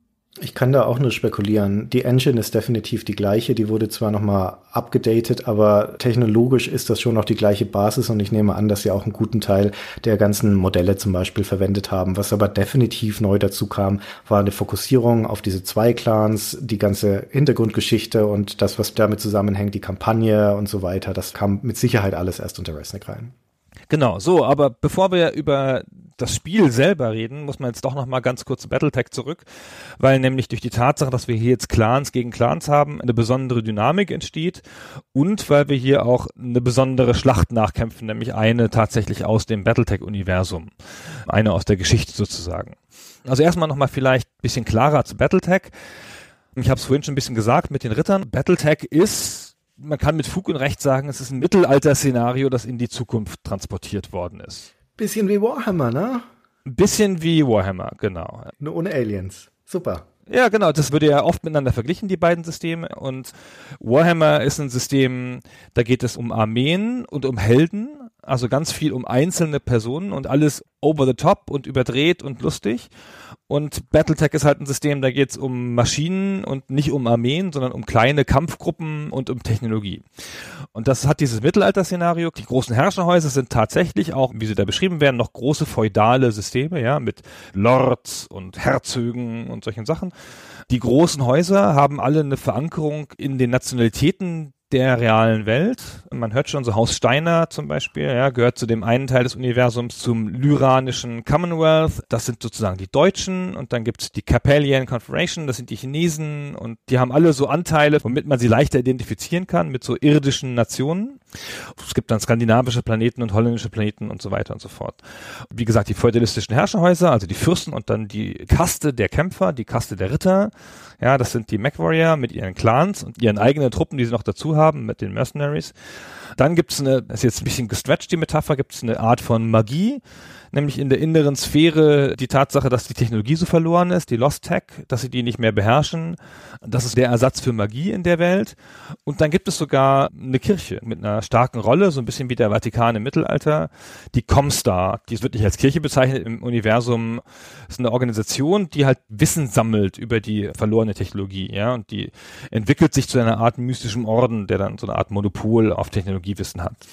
Ich kann da auch nur spekulieren. Die Engine ist definitiv die gleiche. Die wurde zwar nochmal abgedatet, aber technologisch ist das schon noch die gleiche Basis und ich nehme an, dass sie auch einen guten Teil der ganzen Modelle zum Beispiel verwendet haben. Was aber definitiv neu dazu kam, war eine Fokussierung auf diese 2 Clans, die ganze Hintergrundgeschichte und das, was damit zusammenhängt, die Kampagne und so weiter. Das kam mit Sicherheit alles erst unter Resnick rein. Genau, so, aber bevor wir über das Spiel selber reden, muss man jetzt doch noch mal ganz kurz zu Battletech zurück, weil nämlich durch die Tatsache, dass wir hier jetzt Clans gegen Clans haben, eine besondere Dynamik entsteht und weil wir hier auch eine besondere Schlacht nachkämpfen, nämlich eine tatsächlich aus dem Battletech-Universum, eine aus der Geschichte sozusagen. Also erstmal noch mal vielleicht ein bisschen klarer zu Battletech. Ich habe es vorhin schon ein bisschen gesagt mit den Rittern. Battletech ist, man kann mit Fug und Recht sagen, es ist ein Mittelalter-Szenario, das in die Zukunft transportiert worden ist. Bisschen wie Warhammer, ne? Ein bisschen wie Warhammer, genau. Nur ohne Aliens. Super. Ja, genau, das würde ja oft miteinander verglichen, die beiden Systeme. Und Warhammer ist ein System, da geht es um Armeen und um Helden, also ganz viel um einzelne Personen und alles over the top und überdreht und lustig. Und Battletech ist halt ein System, da geht es um Maschinen und nicht um Armeen, sondern um kleine Kampfgruppen und um Technologie. Und das hat dieses Mittelalter-Szenario. Die großen Herrscherhäuser sind tatsächlich auch, wie sie da beschrieben werden, noch große feudale Systeme, ja, mit Lords und Herzögen und solchen Sachen. Die großen Häuser haben alle eine Verankerung in den Nationalitäten der realen Welt. Man hört schon, so Haus Steiner zum Beispiel, ja, gehört zu dem einen Teil des Universums zum lyranischen Commonwealth. Das sind sozusagen die Deutschen und dann gibt's die Capellian Confederation, das sind die Chinesen und die haben alle so Anteile, womit man sie leichter identifizieren kann mit so irdischen Nationen. Es gibt dann skandinavische Planeten und holländische Planeten und so weiter und so fort. Wie gesagt, die feudalistischen Herrscherhäuser, also die Fürsten und dann die Kaste der Kämpfer, die Kaste der Ritter. Ja, das sind die MechWarrior mit ihren Clans und ihren eigenen Truppen, die sie noch dazu haben, mit den Mercenaries. Dann gibt's das ist jetzt ein bisschen gestretched, die Metapher, gibt's eine Art von Magie, nämlich in der inneren Sphäre die Tatsache, dass die Technologie so verloren ist, die Lost Tech, dass sie die nicht mehr beherrschen. Das ist der Ersatz für Magie in der Welt. Und dann gibt es sogar eine Kirche mit einer starken Rolle, so ein bisschen wie der Vatikan im Mittelalter, die Comstar, die ist wirklich als Kirche bezeichnet im Universum. Das ist eine Organisation, die halt Wissen sammelt über die verlorene Technologie, ja, und die entwickelt sich zu einer Art mystischem Orden, der dann so eine Art Monopol auf Technologiewissen hat.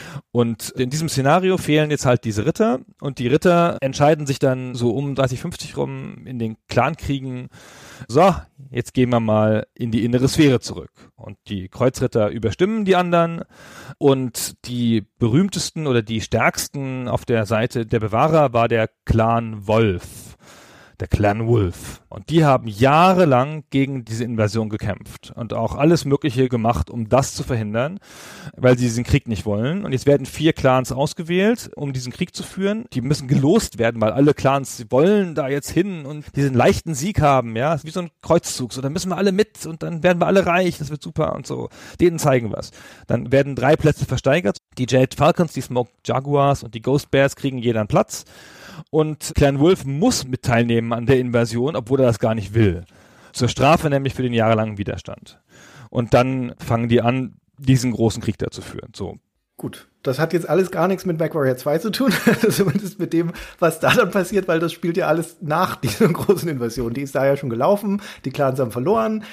Und in diesem Szenario fehlen jetzt halt diese Ritter und die Ritter entscheiden sich dann so um 30-50 rum in den Clankriegen, so, jetzt gehen wir mal in die innere Sphäre zurück. Und die Kreuzritter überstimmen die anderen und die berühmtesten oder die stärksten auf der Seite der Bewahrer war der Clan Wolf. Der Clan Wolf. Und die haben jahrelang gegen diese Invasion gekämpft und auch alles Mögliche gemacht, um das zu verhindern, weil sie diesen Krieg nicht wollen. Und jetzt werden 4 Clans ausgewählt, um diesen Krieg zu führen. Die müssen gelost werden, weil alle Clans, sie wollen da jetzt hin und diesen leichten Sieg haben, ja, wie so ein Kreuzzug. So, dann müssen wir alle mit und dann werden wir alle reich, das wird super und so. Denen zeigen wir es. Dann werden 3 Plätze versteigert. Die Jade Falcons, die Smoke Jaguars und die Ghost Bears kriegen jeder einen Platz. Und Clan Wolf muss mit teilnehmen an der Invasion, obwohl er das gar nicht will. Zur Strafe nämlich für den jahrelangen Widerstand. Und dann fangen die an, diesen großen Krieg da zu führen. So. Gut, das hat jetzt alles gar nichts mit MechWarrior 2 zu tun, zumindest mit dem, was da dann passiert, weil das spielt ja alles nach dieser großen Invasion. Die ist da ja schon gelaufen, die Clans haben verloren.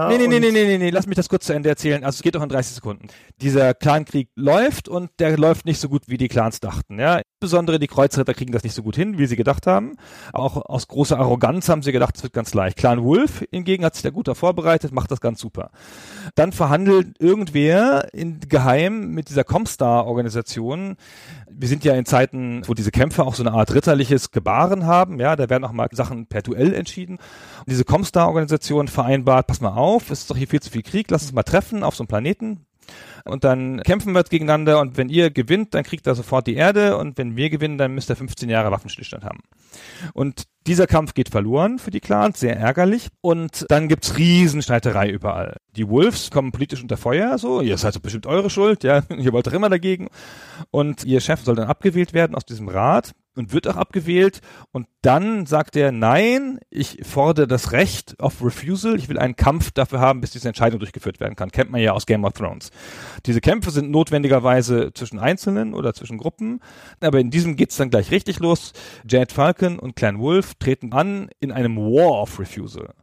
Nee, lass mich das kurz zu Ende erzählen. Also es geht doch in 30 Sekunden. Dieser Clankrieg läuft und der läuft nicht so gut, wie die Clans dachten. Ja, insbesondere die Kreuzritter kriegen das nicht so gut hin, wie sie gedacht haben. Auch aus großer Arroganz haben sie gedacht, es wird ganz leicht. Clan Wolf hingegen hat sich da gut vorbereitet, macht das ganz super. Dann verhandelt irgendwer in geheim mit dieser Comstar-Organisation. Wir sind ja in Zeiten, wo diese Kämpfer auch so eine Art ritterliches Gebaren haben. Ja, da werden auch mal Sachen per Duell entschieden. Und diese Comstar-Organisation vereinbart, pass mal auf, es ist doch hier viel zu viel Krieg, lass uns mal treffen auf so einem Planeten. Und dann kämpfen wir jetzt gegeneinander und wenn ihr gewinnt, dann kriegt ihr sofort die Erde und wenn wir gewinnen, dann müsst ihr 15 Jahre Waffenstillstand haben. Und dieser Kampf geht verloren für die Clans, sehr ärgerlich. Und dann gibt's Riesenstreiterei überall. Die Wolves kommen politisch unter Feuer, so, ihr seid doch bestimmt eure Schuld, ja, ihr wollt doch immer dagegen. Und ihr Chef soll dann abgewählt werden aus diesem Rat und wird auch abgewählt. Und dann sagt er, nein, ich fordere das Recht auf Refusal. Ich will einen Kampf dafür haben, bis diese Entscheidung durchgeführt werden kann. Kennt man ja aus Game of Thrones. Diese Kämpfe sind notwendigerweise zwischen Einzelnen oder zwischen Gruppen. Aber in diesem geht's dann gleich richtig los. Jade Falcon und Clan Wolf treten an in einem War of Refusal.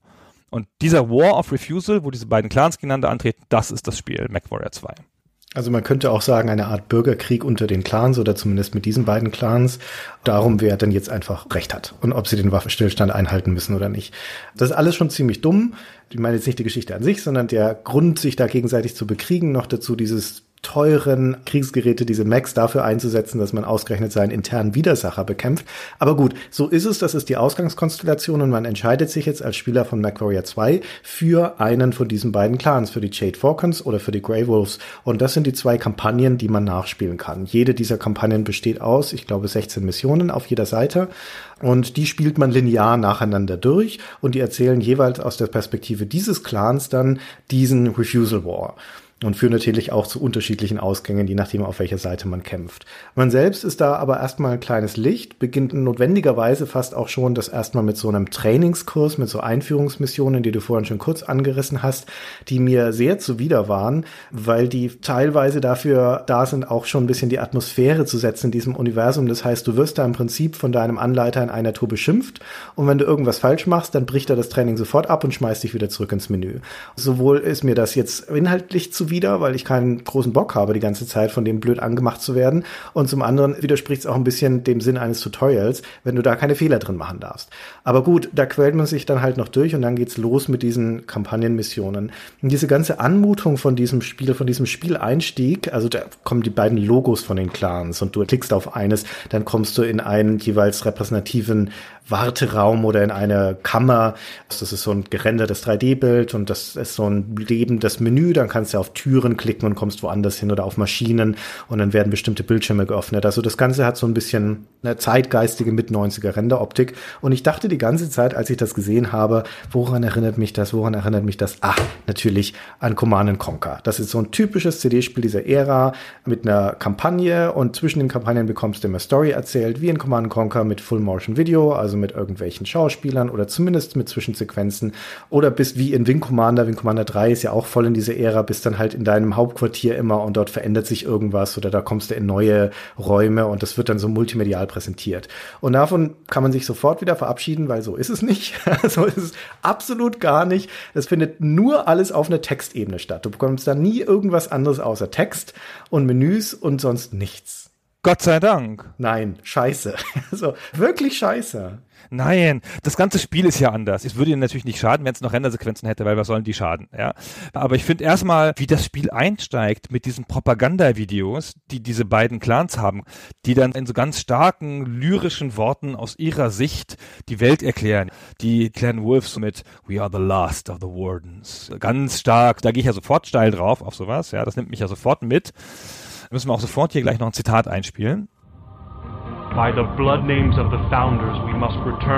Und dieser War of Refusal, wo diese beiden Clans gegeneinander antreten, das ist das Spiel MechWarrior 2. Also man könnte auch sagen, eine Art Bürgerkrieg unter den Clans oder zumindest mit diesen beiden Clans. Darum, wer denn jetzt einfach Recht hat und ob sie den Waffenstillstand einhalten müssen oder nicht. Das ist alles schon ziemlich dumm. Ich meine jetzt nicht die Geschichte an sich, sondern der Grund, sich da gegenseitig zu bekriegen. Noch dazu dieses teuren Kriegsgeräte, diese Mechs dafür einzusetzen, dass man ausgerechnet seinen internen Widersacher bekämpft. Aber gut, so ist es, das ist die Ausgangskonstellation und man entscheidet sich jetzt als Spieler von MechWarrior 2 für einen von diesen beiden Clans, für die Jade Falcons oder für die Grey Wolves. Und das sind die 2 Kampagnen, die man nachspielen kann. Jede dieser Kampagnen besteht aus, ich glaube, 16 Missionen auf jeder Seite. Und die spielt man linear nacheinander durch und die erzählen jeweils aus der Perspektive dieses Clans dann diesen Refusal War. Und führen natürlich auch zu unterschiedlichen Ausgängen, je nachdem, auf welcher Seite man kämpft. Man selbst ist da aber erstmal ein kleines Licht, beginnt notwendigerweise fast auch schon das erstmal mit so einem Trainingskurs, mit so Einführungsmissionen, die du vorhin schon kurz angerissen hast, die mir sehr zuwider waren, weil die teilweise dafür da sind, auch schon ein bisschen die Atmosphäre zu setzen in diesem Universum. Das heißt, du wirst da im Prinzip von deinem Anleiter in einer Tour beschimpft und wenn du irgendwas falsch machst, dann bricht er das Training sofort ab und schmeißt dich wieder zurück ins Menü. Sowohl ist mir das jetzt inhaltlich wieder, weil ich keinen großen Bock habe, die ganze Zeit von dem blöd angemacht zu werden. Und zum anderen widerspricht es auch ein bisschen dem Sinn eines Tutorials, wenn du da keine Fehler drin machen darfst. Aber gut, da quält man sich dann halt noch durch und dann geht's los mit diesen Kampagnenmissionen. Und diese ganze Anmutung von diesem Spieleinstieg, also da kommen die beiden Logos von den Clans und du klickst auf eines, dann kommst du in einen jeweils repräsentativen Warteraum oder in eine Kammer. Das ist so ein gerendertes 3D-Bild und das ist so ein lebendes Menü. Dann kannst du auf Türen klicken und kommst woanders hin oder auf Maschinen und dann werden bestimmte Bildschirme geöffnet. Also das Ganze hat so ein bisschen eine zeitgeistige Mit-90er Renderoptik und ich dachte die ganze Zeit, als ich das gesehen habe, woran erinnert mich das? Ach, natürlich an Command & Conquer. Das ist so ein typisches CD-Spiel dieser Ära mit einer Kampagne und zwischen den Kampagnen bekommst du immer Story erzählt, wie in Command & Conquer mit Full-Motion-Video, also mit irgendwelchen Schauspielern oder zumindest mit Zwischensequenzen oder bist wie in Wing Commander 3 ist ja auch voll in dieser Ära, bist dann halt in deinem Hauptquartier immer und dort verändert sich irgendwas oder da kommst du in neue Räume und das wird dann so multimedial präsentiert. Und davon kann man sich sofort wieder verabschieden, weil so ist es nicht. So ist es absolut gar nicht. Es findet nur alles auf einer Textebene statt. Du bekommst da nie irgendwas anderes außer Text und Menüs und sonst nichts. Gott sei Dank. Nein, scheiße. Also wirklich scheiße. Nein, das ganze Spiel ist ja anders. Es würde ihnen natürlich nicht schaden, wenn es noch Rendersequenzen hätte, weil was sollen die schaden, ja? Aber ich finde erstmal, wie das Spiel einsteigt mit diesen Propagandavideos, die diese beiden Clans haben, die dann in so ganz starken lyrischen Worten aus ihrer Sicht die Welt erklären. Die Clan Wolves mit "We are the last of the Wardens". Ganz stark, da gehe ich ja sofort steil drauf auf sowas, ja, das nimmt mich ja sofort mit. Müssen wir auch sofort hier gleich noch ein Zitat einspielen. By the blood names of the founders we must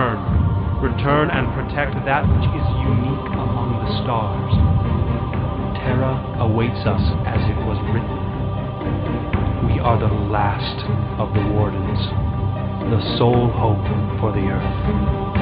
return and protect that which is unique among the stars. Terra awaits us as it was written. We are the last of the Wardens, the sole hope for the earth.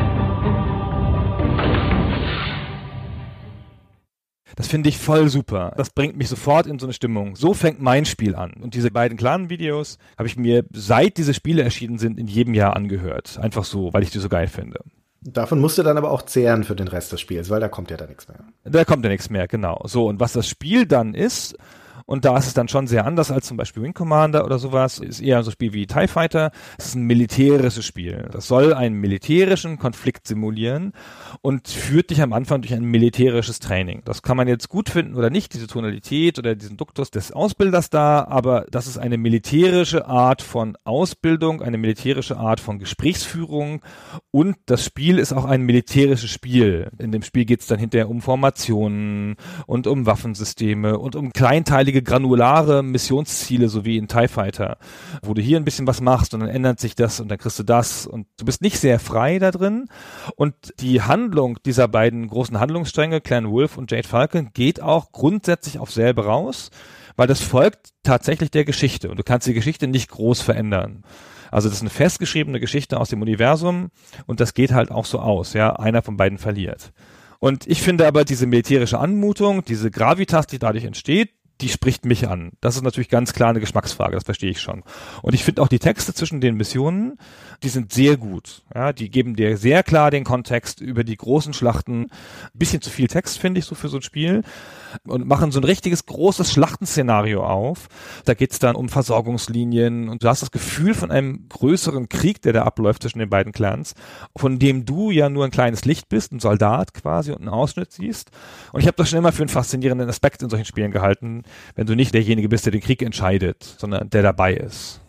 Das finde ich voll super. Das bringt mich sofort in so eine Stimmung. So fängt mein Spiel an. Und diese beiden Clan-Videos habe ich mir, seit diese Spiele erschienen sind, in jedem Jahr angehört. Einfach so, weil ich die so geil finde. Davon musst du dann aber auch zehren für den Rest des Spiels, weil da kommt ja dann nichts mehr. Da kommt ja nichts mehr, genau. So, und was das Spiel dann ist, und da ist es dann schon sehr anders als zum Beispiel Wing Commander oder sowas, ist eher so ein Spiel wie TIE Fighter. Es ist ein militärisches Spiel. Das soll einen militärischen Konflikt simulieren und führt dich am Anfang durch ein militärisches Training. Das kann man jetzt gut finden oder nicht, diese Tonalität oder diesen Duktus des Ausbilders da, aber das ist eine militärische Art von Ausbildung, eine militärische Art von Gesprächsführung und das Spiel ist auch ein militärisches Spiel. In dem Spiel geht es dann hinterher um Formationen und um Waffensysteme und um kleinteilige granulare Missionsziele, so wie in TIE Fighter, wo du hier ein bisschen was machst und dann ändert sich das und dann kriegst du das und du bist nicht sehr frei da drin und die Handlung dieser beiden großen Handlungsstränge, Clan Wolf und Jade Falcon, geht auch grundsätzlich auf selbe raus, weil das folgt tatsächlich der Geschichte und du kannst die Geschichte nicht groß verändern. Also das ist eine festgeschriebene Geschichte aus dem Universum und das geht halt auch so aus, ja, einer von beiden verliert. Und ich finde aber diese militärische Anmutung, diese Gravitas, die dadurch entsteht, die spricht mich an. Das ist natürlich ganz klar eine Geschmacksfrage, das verstehe ich schon. Und ich finde auch die Texte zwischen den Missionen, die sind sehr gut. Ja, die geben dir sehr klar den Kontext über die großen Schlachten. Ein bisschen zu viel Text, finde ich, so für so ein Spiel. Und machen so ein richtiges großes Schlachtenszenario auf. Da geht's dann um Versorgungslinien und du hast das Gefühl von einem größeren Krieg, der da abläuft zwischen den beiden Clans, von dem du ja nur ein kleines Licht bist, ein Soldat quasi und einen Ausschnitt siehst. Und ich habe das schon immer für einen faszinierenden Aspekt in solchen Spielen gehalten, wenn du nicht derjenige bist, der den Krieg entscheidet, sondern der dabei ist.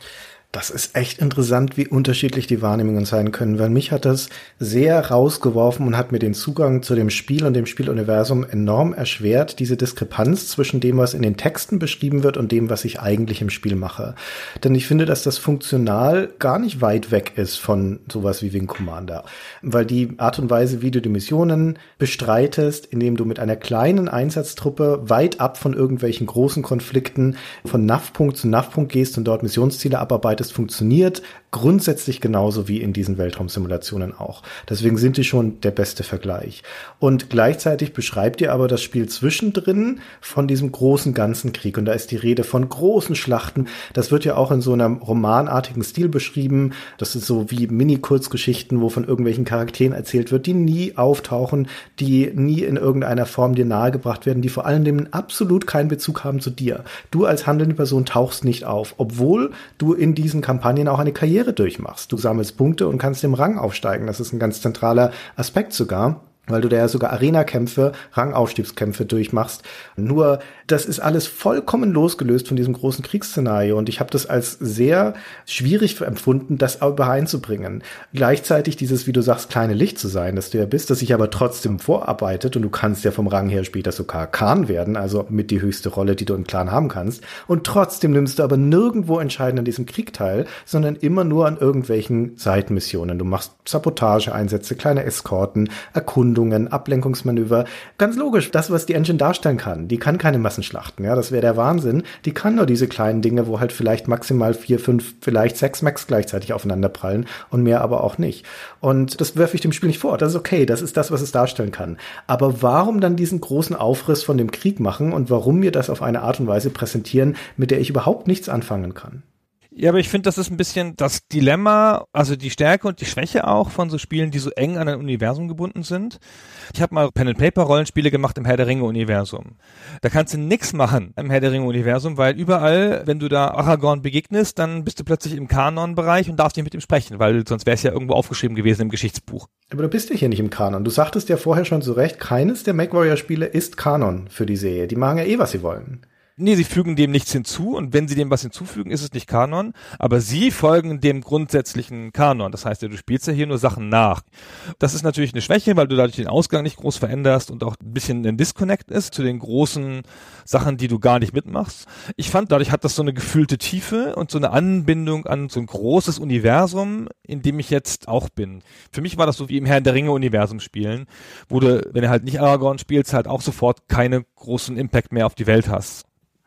Das ist echt interessant, wie unterschiedlich die Wahrnehmungen sein können, weil mich hat das sehr rausgeworfen und hat mir den Zugang zu dem Spiel und dem Spieluniversum enorm erschwert, diese Diskrepanz zwischen dem, was in den Texten beschrieben wird und dem, was ich eigentlich im Spiel mache. Denn ich finde, dass das funktional gar nicht weit weg ist von sowas wie Wing Commander, weil die Art und Weise, wie du die Missionen bestreitest, indem du mit einer kleinen Einsatztruppe weit ab von irgendwelchen großen Konflikten von NAV-Punkt zu NAV-Punkt gehst und dort Missionsziele abarbeitest, funktioniert grundsätzlich genauso wie in diesen Weltraumsimulationen auch. Deswegen sind die schon der beste Vergleich. Und gleichzeitig beschreibt ihr aber das Spiel zwischendrin von diesem großen ganzen Krieg. Und da ist die Rede von großen Schlachten. Das wird ja auch in so einem romanartigen Stil beschrieben. Das ist so wie Mini-Kurzgeschichten, wo von irgendwelchen Charakteren erzählt wird, die nie auftauchen, die nie in irgendeiner Form dir nahegebracht werden, die vor allem absolut keinen Bezug haben zu dir. Du als handelnde Person tauchst nicht auf, obwohl du in diesen Kampagnen auch eine Karriere durchmachst. Du sammelst Punkte und kannst im Rang aufsteigen. Das ist ein ganz zentraler Aspekt sogar, weil du da ja sogar Arena-Kämpfe, Rangaufstiegskämpfe durchmachst. Nur, das ist alles vollkommen losgelöst von diesem großen Kriegsszenario und ich habe das als sehr schwierig empfunden, das übereinzubringen. Gleichzeitig dieses, wie du sagst, kleine Licht zu sein, dass du ja bist, das sich aber trotzdem vorarbeitet und du kannst ja vom Rang her später sogar Khan werden, also mit die höchste Rolle, die du im Clan haben kannst. Und trotzdem nimmst du aber nirgendwo entscheidend an diesem Krieg teil, sondern immer nur an irgendwelchen Seitenmissionen. Du machst Sabotageeinsätze, kleine Eskorten, Erkundungen, Ablenkungsmanöver. Ganz logisch, das, was die Engine darstellen kann. Die kann keine Massenschlachten, ja, das wäre der Wahnsinn. Die kann nur diese kleinen Dinge, wo halt vielleicht maximal 4, 5, vielleicht 6 Mechs gleichzeitig aufeinanderprallen und mehr aber auch nicht. Und das werfe ich dem Spiel nicht vor. Das ist okay, das ist das, was es darstellen kann. Aber warum dann diesen großen Aufriss von dem Krieg machen und warum mir das auf eine Art und Weise präsentieren, mit der ich überhaupt nichts anfangen kann? Ja, aber ich finde, das ist ein bisschen das Dilemma, also die Stärke und die Schwäche auch von so Spielen, die so eng an ein Universum gebunden sind. Ich habe mal Pen-and-Paper-Rollenspiele gemacht im Herr der Ringe-Universum. Da kannst du nix machen im Herr der Ringe-Universum, weil überall, wenn du da Aragorn begegnest, dann bist du plötzlich im Kanon-Bereich und darfst nicht mit ihm sprechen, weil sonst wäre es ja irgendwo aufgeschrieben gewesen im Geschichtsbuch. Aber du bist ja hier nicht im Kanon. Du sagtest ja vorher schon zu Recht, keines der MechWarrior-Spiele ist Kanon für die Serie. Die machen ja eh, was sie wollen. Nee, sie fügen dem nichts hinzu und wenn sie dem was hinzufügen, ist es nicht Kanon, aber sie folgen dem grundsätzlichen Kanon. Das heißt ja, du spielst ja hier nur Sachen nach. Das ist natürlich eine Schwäche, weil du dadurch den Ausgang nicht groß veränderst und auch ein bisschen ein Disconnect ist zu den großen Sachen, die du gar nicht mitmachst. Ich fand, dadurch hat das so eine gefühlte Tiefe und so eine Anbindung an so ein großes Universum, in dem ich jetzt auch bin. Für mich war das so wie im Herrn der Ringe-Universum spielen, wo du, wenn du halt nicht Aragorn spielst, halt auch sofort keine großen Impact mehr auf die Welt hast.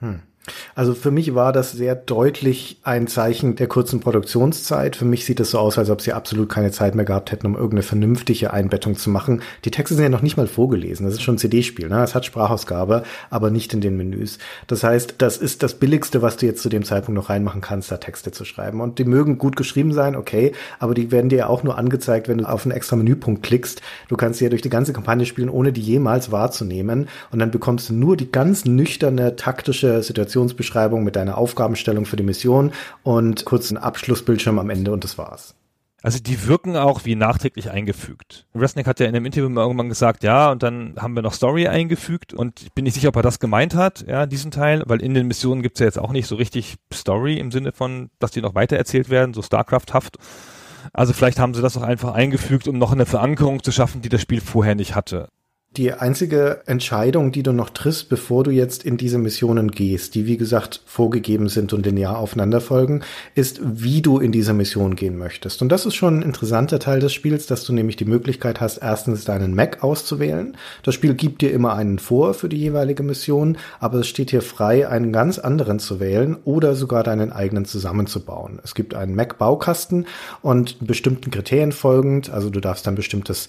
Also für mich war das sehr deutlich ein Zeichen der kurzen Produktionszeit. Für mich sieht es so aus, als ob sie absolut keine Zeit mehr gehabt hätten, um irgendeine vernünftige Einbettung zu machen. Die Texte sind ja noch nicht mal vorgelesen. Das ist schon ein CD-Spiel, ne? Es hat Sprachausgabe, aber nicht in den Menüs. Das heißt, das ist das Billigste, was du jetzt zu dem Zeitpunkt noch reinmachen kannst, da Texte zu schreiben. Und die mögen gut geschrieben sein, okay, aber die werden dir ja auch nur angezeigt, wenn du auf einen extra Menüpunkt klickst. Du kannst sie ja durch die ganze Kampagne spielen, ohne die jemals wahrzunehmen. Und dann bekommst du nur die ganz nüchterne, taktische Situationsbeschreibung mit deiner Aufgabenstellung für die Mission und kurzen Abschlussbildschirm am Ende und das war's. Also die wirken auch wie nachträglich eingefügt. Resnick hat ja in einem Interview mal irgendwann gesagt, ja, und dann haben wir noch Story eingefügt und ich bin nicht sicher, ob er das gemeint hat, ja, diesen Teil, weil in den Missionen gibt's ja jetzt auch nicht so richtig Story im Sinne von, dass die noch weitererzählt werden, so StarCraft-haft. Also vielleicht haben sie das auch einfach eingefügt, um noch eine Verankerung zu schaffen, die das Spiel vorher nicht hatte. Die einzige Entscheidung, die du noch triffst, bevor du jetzt in diese Missionen gehst, die wie gesagt vorgegeben sind und linear aufeinander folgen, ist, wie du in diese Mission gehen möchtest. Und das ist schon ein interessanter Teil des Spiels, dass du nämlich die Möglichkeit hast, erstens deinen Mech auszuwählen. Das Spiel gibt dir immer einen vor für die jeweilige Mission, aber es steht hier frei, einen ganz anderen zu wählen oder sogar deinen eigenen zusammenzubauen. Es gibt einen Mech-Baukasten und bestimmten Kriterien folgend, also du darfst dann bestimmtes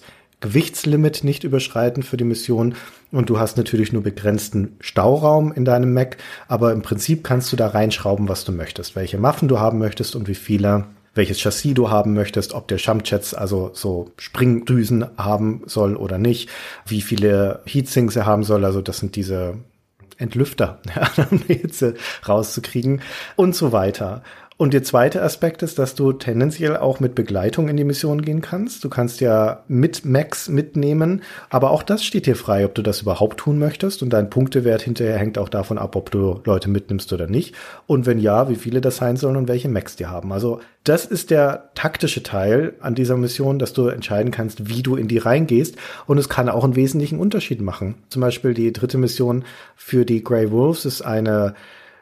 Gewichtslimit nicht überschreiten für die Mission und du hast natürlich nur begrenzten Stauraum in deinem Mac, aber im Prinzip kannst du da reinschrauben, was du möchtest, welche Waffen du haben möchtest und wie viele, welches Chassis du haben möchtest, ob der Jumpjets, also so Springdüsen haben soll oder nicht, wie viele Heatsinks er haben soll, also das sind diese Entlüfter, um die Hitze rauszukriegen und so weiter. Und der zweite Aspekt ist, dass du tendenziell auch mit Begleitung in die Mission gehen kannst. Du kannst ja mit Max mitnehmen, aber auch das steht dir frei, ob du das überhaupt tun möchtest. Und dein Punktewert hinterher hängt auch davon ab, ob du Leute mitnimmst oder nicht. Und wenn ja, wie viele das sein sollen und welche Max die haben. Also das ist der taktische Teil an dieser Mission, dass du entscheiden kannst, wie du in die reingehst. Und es kann auch einen wesentlichen Unterschied machen. Zum Beispiel die dritte Mission für die Grey Wolves ist eine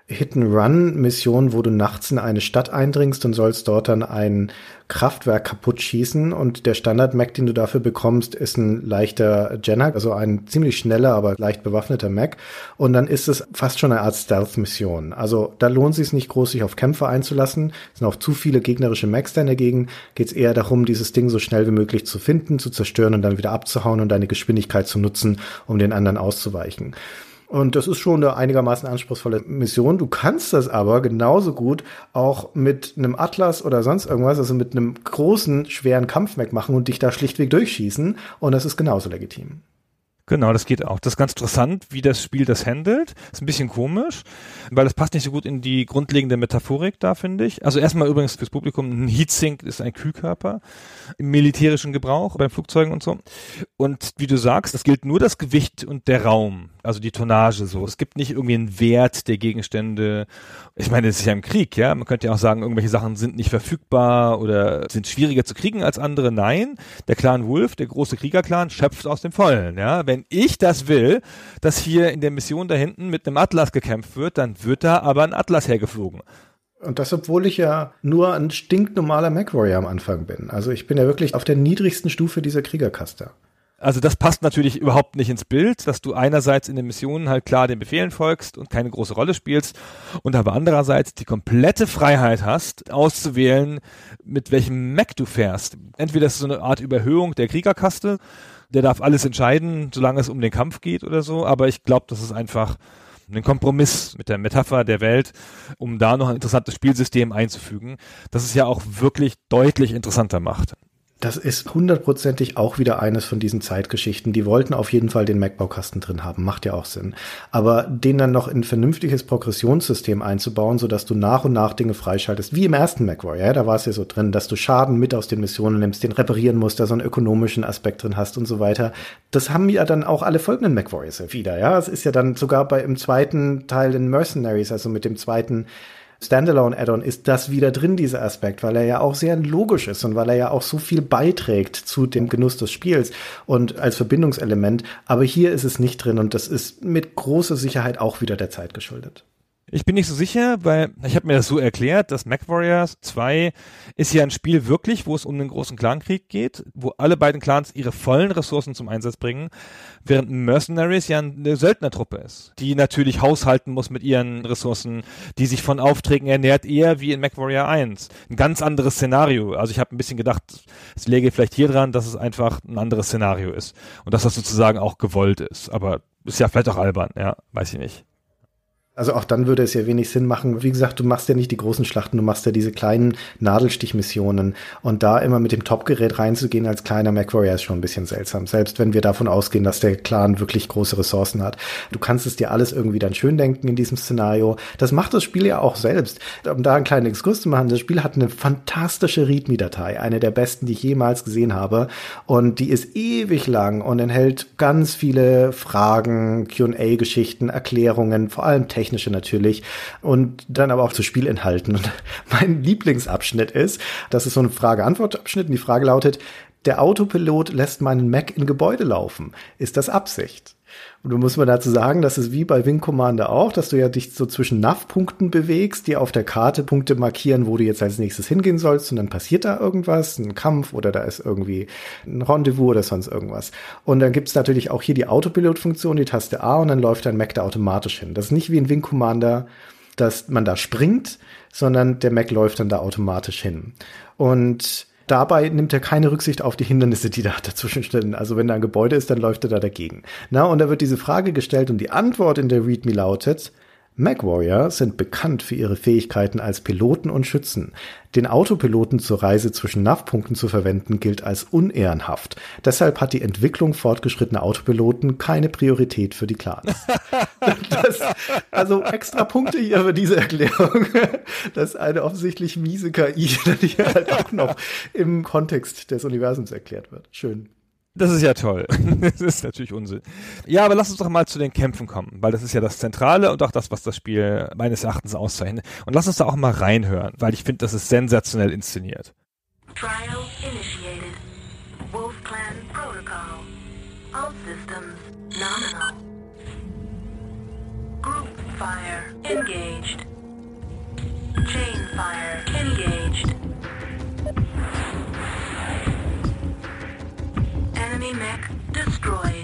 Hit-and-Run-Mission, wo du nachts in eine Stadt eindringst und sollst dort dann ein Kraftwerk kaputt schießen und der Standard-Mac, den du dafür bekommst, ist ein leichter Jennak, also ein ziemlich schneller, aber leicht bewaffneter Mac und dann ist es fast schon eine Art Stealth-Mission. Also da lohnt es sich nicht groß, sich auf Kämpfe einzulassen. Es sind auch zu viele gegnerische Macs da dagegen. Geht es eher darum, dieses Ding so schnell wie möglich zu finden, zu zerstören und dann wieder abzuhauen und deine Geschwindigkeit zu nutzen, um den anderen auszuweichen. Und das ist schon eine einigermaßen anspruchsvolle Mission. Du kannst das aber genauso gut auch mit einem Atlas oder sonst irgendwas, also mit einem großen, schweren Kampfmech machen und dich da schlichtweg durchschießen. Und das ist genauso legitim. Genau, das geht auch. Das ist ganz interessant, wie das Spiel das handelt. Ist ein bisschen komisch, weil das passt nicht so gut in die grundlegende Metaphorik da, finde ich. Also erstmal übrigens fürs Publikum, ein Heatsink ist ein Kühlkörper im militärischen Gebrauch, bei Flugzeugen und so. Und wie du sagst, es gilt nur das Gewicht und der Raum, also die Tonnage so. Es gibt nicht irgendwie einen Wert der Gegenstände. Ich meine, es ist ja im Krieg, ja. Man könnte ja auch sagen, irgendwelche Sachen sind nicht verfügbar oder sind schwieriger zu kriegen als andere. Nein, der Clan Wolf, der große Kriegerclan, schöpft aus dem Vollen, ja. Wenn ich das will, dass hier in der Mission da hinten mit einem Atlas gekämpft wird, dann wird da aber ein Atlas hergeflogen. Und das, obwohl ich ja nur ein stinknormaler MacWarrior am Anfang bin. Also ich bin ja wirklich auf der niedrigsten Stufe dieser Kriegerkaste. Also das passt natürlich überhaupt nicht ins Bild, dass du einerseits in den Missionen halt klar den Befehlen folgst und keine große Rolle spielst und aber andererseits die komplette Freiheit hast, auszuwählen, mit welchem Mac du fährst. Entweder ist es so eine Art Überhöhung der Kriegerkaste, der darf alles entscheiden, solange es um den Kampf geht oder so, aber ich glaube, das ist einfach ein Kompromiss mit der Metapher der Welt, um da noch ein interessantes Spielsystem einzufügen, das es ja auch wirklich deutlich interessanter macht. Das ist hundertprozentig auch wieder eines von diesen Zeitgeschichten. Die wollten auf jeden Fall den Mac-Baukasten drin haben, macht ja auch Sinn. Aber den dann noch in ein vernünftiges Progressionssystem einzubauen, sodass du nach und nach Dinge freischaltest, wie im ersten MacWarrior, ja, da war es ja so drin, dass du Schaden mit aus den Missionen nimmst, den reparieren musst, da so einen ökonomischen Aspekt drin hast und so weiter. Das haben ja dann auch alle folgenden MacWarriors wieder, ja. Es ist ja dann sogar im zweiten Teil in Mercenaries, also mit dem zweiten Standalone-Add-on ist das wieder drin, dieser Aspekt, weil er ja auch sehr logisch ist und weil er ja auch so viel beiträgt zu dem Genuss des Spiels und als Verbindungselement. Aber hier ist es nicht drin und das ist mit großer Sicherheit auch wieder der Zeit geschuldet. Ich bin nicht so sicher, weil ich habe mir das so erklärt, dass MacWarrior 2 ist ja ein Spiel wirklich, wo es um einen großen Clankrieg geht, wo alle beiden Clans ihre vollen Ressourcen zum Einsatz bringen, während Mercenaries ja eine Söldnertruppe ist, die natürlich haushalten muss mit ihren Ressourcen, die sich von Aufträgen ernährt, eher wie in MacWarrior 1. Ein ganz anderes Szenario. Also ich habe ein bisschen gedacht, es läge vielleicht hier dran, dass es einfach ein anderes Szenario ist und dass das sozusagen auch gewollt ist. Aber ist ja vielleicht auch albern, ja, weiß ich nicht. Also auch dann würde es ja wenig Sinn machen. Wie gesagt, du machst ja nicht die großen Schlachten, du machst ja diese kleinen Nadelstichmissionen. Und da immer mit dem Top-Gerät reinzugehen als kleiner MacWarrior ist schon ein bisschen seltsam. Selbst wenn wir davon ausgehen, dass der Clan wirklich große Ressourcen hat. Du kannst es dir alles irgendwie dann schön denken in diesem Szenario. Das macht das Spiel ja auch selbst. Um da einen kleinen Exkurs zu machen, das Spiel hat eine fantastische README-Datei. Eine der besten, die ich jemals gesehen habe. Und die ist ewig lang und enthält ganz viele Fragen, Q&A-Geschichten, Erklärungen, vor allem technische natürlich und dann aber auch zu Spielinhalten. Und mein Lieblingsabschnitt ist, das ist so ein Frage-Antwort-Abschnitt und die Frage lautet, der Autopilot lässt meinen Mac in Gebäude laufen. Ist das Absicht? Und du musst mal dazu sagen, das ist wie bei Wing Commander auch, dass du ja dich so zwischen Nav-Punkten bewegst, die auf der Karte Punkte markieren, wo du jetzt als nächstes hingehen sollst und dann passiert da irgendwas, ein Kampf oder da ist irgendwie ein Rendezvous oder sonst irgendwas. Und dann gibt's natürlich auch hier die Autopilot-Funktion, die Taste A und dann läuft dein Mac da automatisch hin. Das ist nicht wie in Wing Commander, dass man da springt, sondern der Mac läuft dann da automatisch hin. Und dabei nimmt er keine Rücksicht auf die Hindernisse, die da dazwischen stehen. Also wenn da ein Gebäude ist, dann läuft er da dagegen. Und da wird diese Frage gestellt und die Antwort in der README lautet: MechWarrior sind bekannt für ihre Fähigkeiten als Piloten und Schützen. Den Autopiloten zur Reise zwischen NAV-Punkten zu verwenden, gilt als unehrenhaft. Deshalb hat die Entwicklung fortgeschrittener Autopiloten keine Priorität für die Clans. Also extra Punkte hier für diese Erklärung, dass eine offensichtlich miese KI die halt auch noch im Kontext des Universums erklärt wird. Schön. Das ist ja toll. Das ist natürlich Unsinn. Ja, aber lass uns doch mal zu den Kämpfen kommen, weil das ist ja das Zentrale und auch das, was das Spiel meines Erachtens auszeichnet. Und lass uns da auch mal reinhören, weil ich finde, das ist sensationell inszeniert. Trial initiated. Wolf Clan Protocol. All systems nominal. Group fire engaged. Chain fire engaged. Enemy mech destroyed.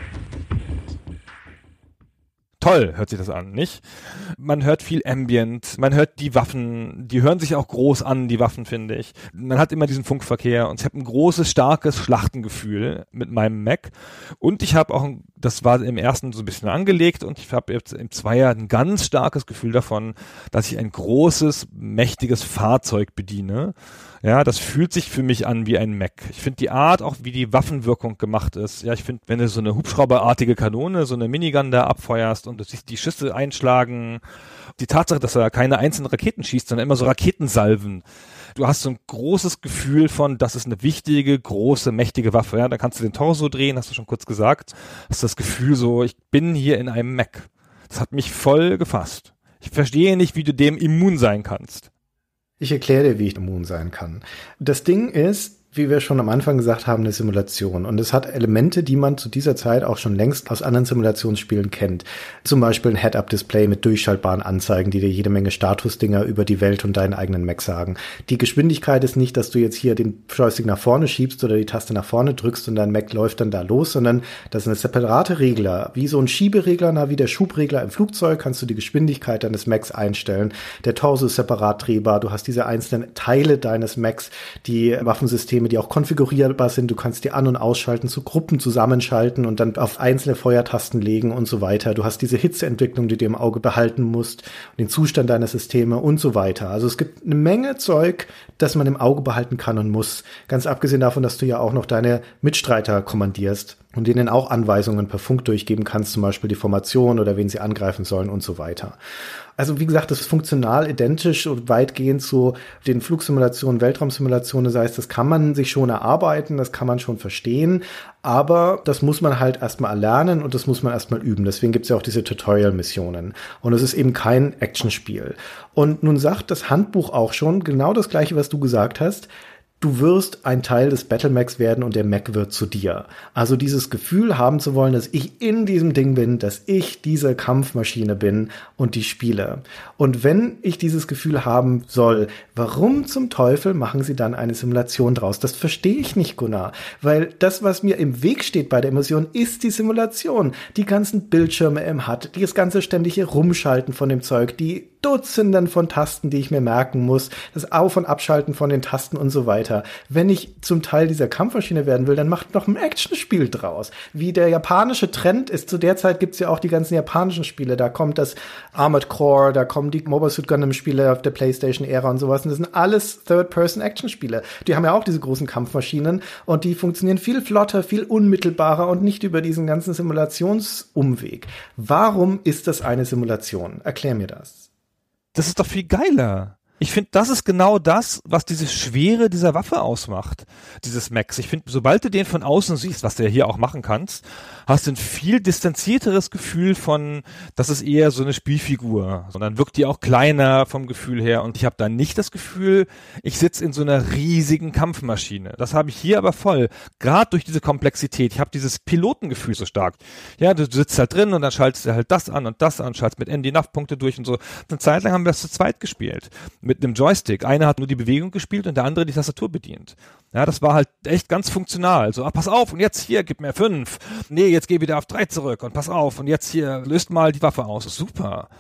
Toll hört sich das an, nicht? Man hört viel Ambient, man hört die Waffen, die hören sich auch groß an, die Waffen, finde ich. Man hat immer diesen Funkverkehr und ich habe ein großes, starkes Schlachtengefühl mit meinem Mech. Und ich habe auch, das war im ersten so ein bisschen angelegt und ich habe jetzt im Zweier ein ganz starkes Gefühl davon, dass ich ein großes, mächtiges Fahrzeug bediene. Ja, das fühlt sich für mich an wie ein Mech. Ich finde die Art, auch wie die Waffenwirkung gemacht ist. Ja, ich finde, wenn du so eine hubschrauberartige Kanone, so eine Minigun da abfeuerst und du siehst die Schüsse einschlagen, die Tatsache, dass er keine einzelnen Raketen schießt, sondern immer so Raketensalven. Du hast so ein großes Gefühl von, das ist eine wichtige, große, mächtige Waffe. Ja, da kannst du den Torso drehen, hast du schon kurz gesagt. Hast das Gefühl so, ich bin hier in einem Mech. Das hat mich voll gefasst. Ich verstehe nicht, wie du dem immun sein kannst. Ich erkläre dir, wie ich immun sein kann. Das Ding ist, wie wir schon am Anfang gesagt haben, eine Simulation. Und es hat Elemente, die man zu dieser Zeit auch schon längst aus anderen Simulationsspielen kennt. Zum Beispiel ein Head-Up-Display mit durchschaltbaren Anzeigen, die dir jede Menge Statusdinger über die Welt und deinen eigenen Mech sagen. Die Geschwindigkeit ist nicht, dass du jetzt hier den Joystick nach vorne schiebst oder die Taste nach vorne drückst und dein Mech läuft dann da los, sondern das ist eine separate Regler. Wie so ein Schieberegler, wie der Schubregler im Flugzeug, kannst du die Geschwindigkeit deines Mechs einstellen. Der Torso ist separat drehbar. Du hast diese einzelnen Teile deines Mechs, die Waffensysteme, die auch konfigurierbar sind. Du kannst die an- und ausschalten, zu Gruppen zusammenschalten und dann auf einzelne Feuertasten legen und so weiter. Du hast diese Hitzeentwicklung, die du im Auge behalten musst, den Zustand deiner Systeme und so weiter. Also es gibt eine Menge Zeug, das man im Auge behalten kann und muss. Ganz abgesehen davon, dass du ja auch noch deine Mitstreiter kommandierst und denen auch Anweisungen per Funk durchgeben kannst, zum Beispiel die Formation oder wen sie angreifen sollen und so weiter. Also wie gesagt, das ist funktional identisch und weitgehend zu den Flugsimulationen, Weltraumsimulationen. Das heißt, das kann man sich schon erarbeiten, das kann man schon verstehen, aber das muss man halt erstmal erlernen und das muss man erstmal üben. Deswegen gibt es ja auch diese Tutorial-Missionen. Und es ist eben kein Actionspiel. Und nun sagt das Handbuch auch schon genau das Gleiche, was du gesagt hast. Du wirst ein Teil des Battlemechs werden und der Mech wird zu dir. Also dieses Gefühl haben zu wollen, dass ich in diesem Ding bin, dass ich diese Kampfmaschine bin und die spiele. Und wenn ich dieses Gefühl haben soll, warum zum Teufel machen sie dann eine Simulation draus? Das verstehe ich nicht, Gunnar. Weil das, was mir im Weg steht bei der Immersion, ist die Simulation. Die ganzen Bildschirme im HUD, das ganze ständige Rumschalten von dem Zeug, die Dutzenden von Tasten, die ich mir merken muss, das Auf- und Abschalten von den Tasten und so weiter. Wenn ich zum Teil dieser Kampfmaschine werden will, dann macht noch ein Actionspiel draus. Wie der japanische Trend ist, zu der Zeit gibt's ja auch die ganzen japanischen Spiele. Da kommt das Armored Core, da kommen die Mobile Suit Gundam Spiele auf der PlayStation-Ära und sowas. Und das sind alles Third-Person-Action-Spiele. Die haben ja auch diese großen Kampfmaschinen und die funktionieren viel flotter, viel unmittelbarer und nicht über diesen ganzen Simulationsumweg. Warum ist das eine Simulation? Erklär mir das. Das ist doch viel geiler. Ich finde, das ist genau das, was diese Schwere dieser Waffe ausmacht, dieses Mechs. Ich finde, sobald du den von außen siehst, was du ja hier auch machen kannst, hast du ein viel distanzierteres Gefühl von, das ist eher so eine Spielfigur. Und dann wirkt die auch kleiner vom Gefühl her und ich habe da nicht das Gefühl, ich sitze in so einer riesigen Kampfmaschine. Das habe ich hier aber voll, gerade durch diese Komplexität. Ich habe dieses Pilotengefühl so stark. Ja, du sitzt halt drin und dann schaltest du halt das an, schaltest mit N die NAV-Punkte durch und so. Eine Zeit lang haben wir das zu zweit gespielt. Mit einem Joystick. Einer hat nur die Bewegung gespielt und der andere die Tastatur bedient. Ja, das war halt echt ganz funktional. So, pass auf und jetzt hier, gib mir 5. Nee, jetzt geh wieder auf 3 zurück und pass auf und jetzt hier, löst mal die Waffe aus. Super.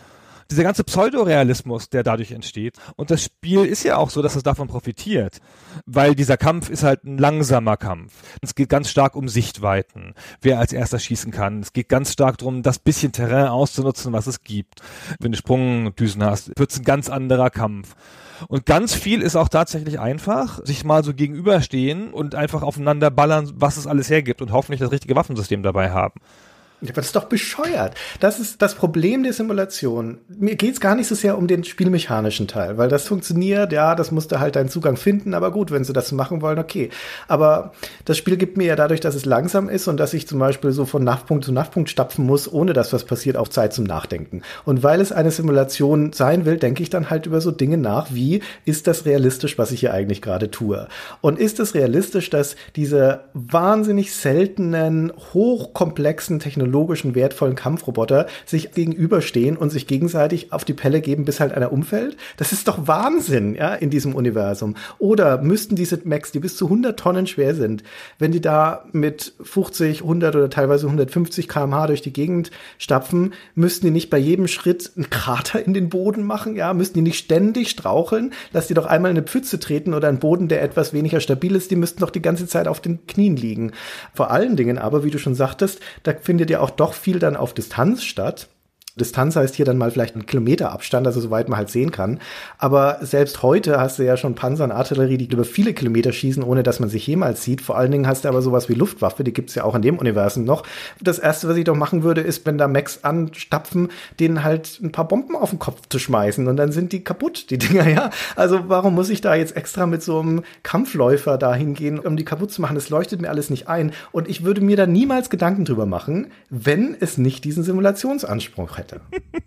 Dieser ganze Pseudorealismus, der dadurch entsteht. Und das Spiel ist ja auch so, dass es davon profitiert. Weil dieser Kampf ist halt ein langsamer Kampf. Es geht ganz stark um Sichtweiten, wer als erster schießen kann. Es geht ganz stark darum, das bisschen Terrain auszunutzen, was es gibt. Wenn du Sprungdüsen hast, wird es ein ganz anderer Kampf. Und ganz viel ist auch tatsächlich einfach, sich mal so gegenüberstehen und einfach aufeinander ballern, was es alles hergibt und hoffentlich das richtige Waffensystem dabei haben. Ja, aber das ist doch bescheuert. Das ist das Problem der Simulation. Mir geht's gar nicht so sehr um den spielmechanischen Teil, weil das funktioniert, ja, das musst du halt deinen Zugang finden, aber gut, wenn sie das machen wollen, okay. Aber das Spiel gibt mir ja dadurch, dass es langsam ist und dass ich zum Beispiel so von Nachtpunkt zu Nachtpunkt stapfen muss, ohne dass was passiert, auch Zeit zum Nachdenken. Und weil es eine Simulation sein will, denke ich dann halt über so Dinge nach, wie, ist das realistisch, was ich hier eigentlich gerade tue? Und ist es realistisch, dass diese wahnsinnig seltenen, hochkomplexen technologischen, wertvollen Kampfroboter sich gegenüberstehen und sich gegenseitig auf die Pelle geben, bis halt einer umfällt? Das ist doch Wahnsinn, ja, in diesem Universum. Oder müssten diese Mechs, die bis zu 100 Tonnen schwer sind, wenn die da mit 50, 100 oder teilweise 150 km/h durch die Gegend stapfen, müssten die nicht bei jedem Schritt einen Krater in den Boden machen, ja? Müssten die nicht ständig straucheln? Lass die doch einmal in eine Pfütze treten oder einen Boden, der etwas weniger stabil ist, die müssten doch die ganze Zeit auf den Knien liegen. Vor allen Dingen aber, wie du schon sagtest, da findet ja auch doch viel dann auf Distanz statt. Distanz heißt hier dann mal vielleicht ein Kilometer Abstand, also soweit man halt sehen kann. Aber selbst heute hast du ja schon Panzer und Artillerie, die über viele Kilometer schießen, ohne dass man sich jemals sieht. Vor allen Dingen hast du aber sowas wie Luftwaffe, die gibt's ja auch in dem Universum noch. Das Erste, was ich doch machen würde, ist, wenn da Mechs anstapfen, denen halt ein paar Bomben auf den Kopf zu schmeißen und dann sind die kaputt, die Dinger, ja. Also warum muss ich da jetzt extra mit so einem Kampfläufer da hingehen, um die kaputt zu machen? Das leuchtet mir alles nicht ein. Und ich würde mir da niemals Gedanken drüber machen, wenn es nicht diesen Simulationsanspruch hätte.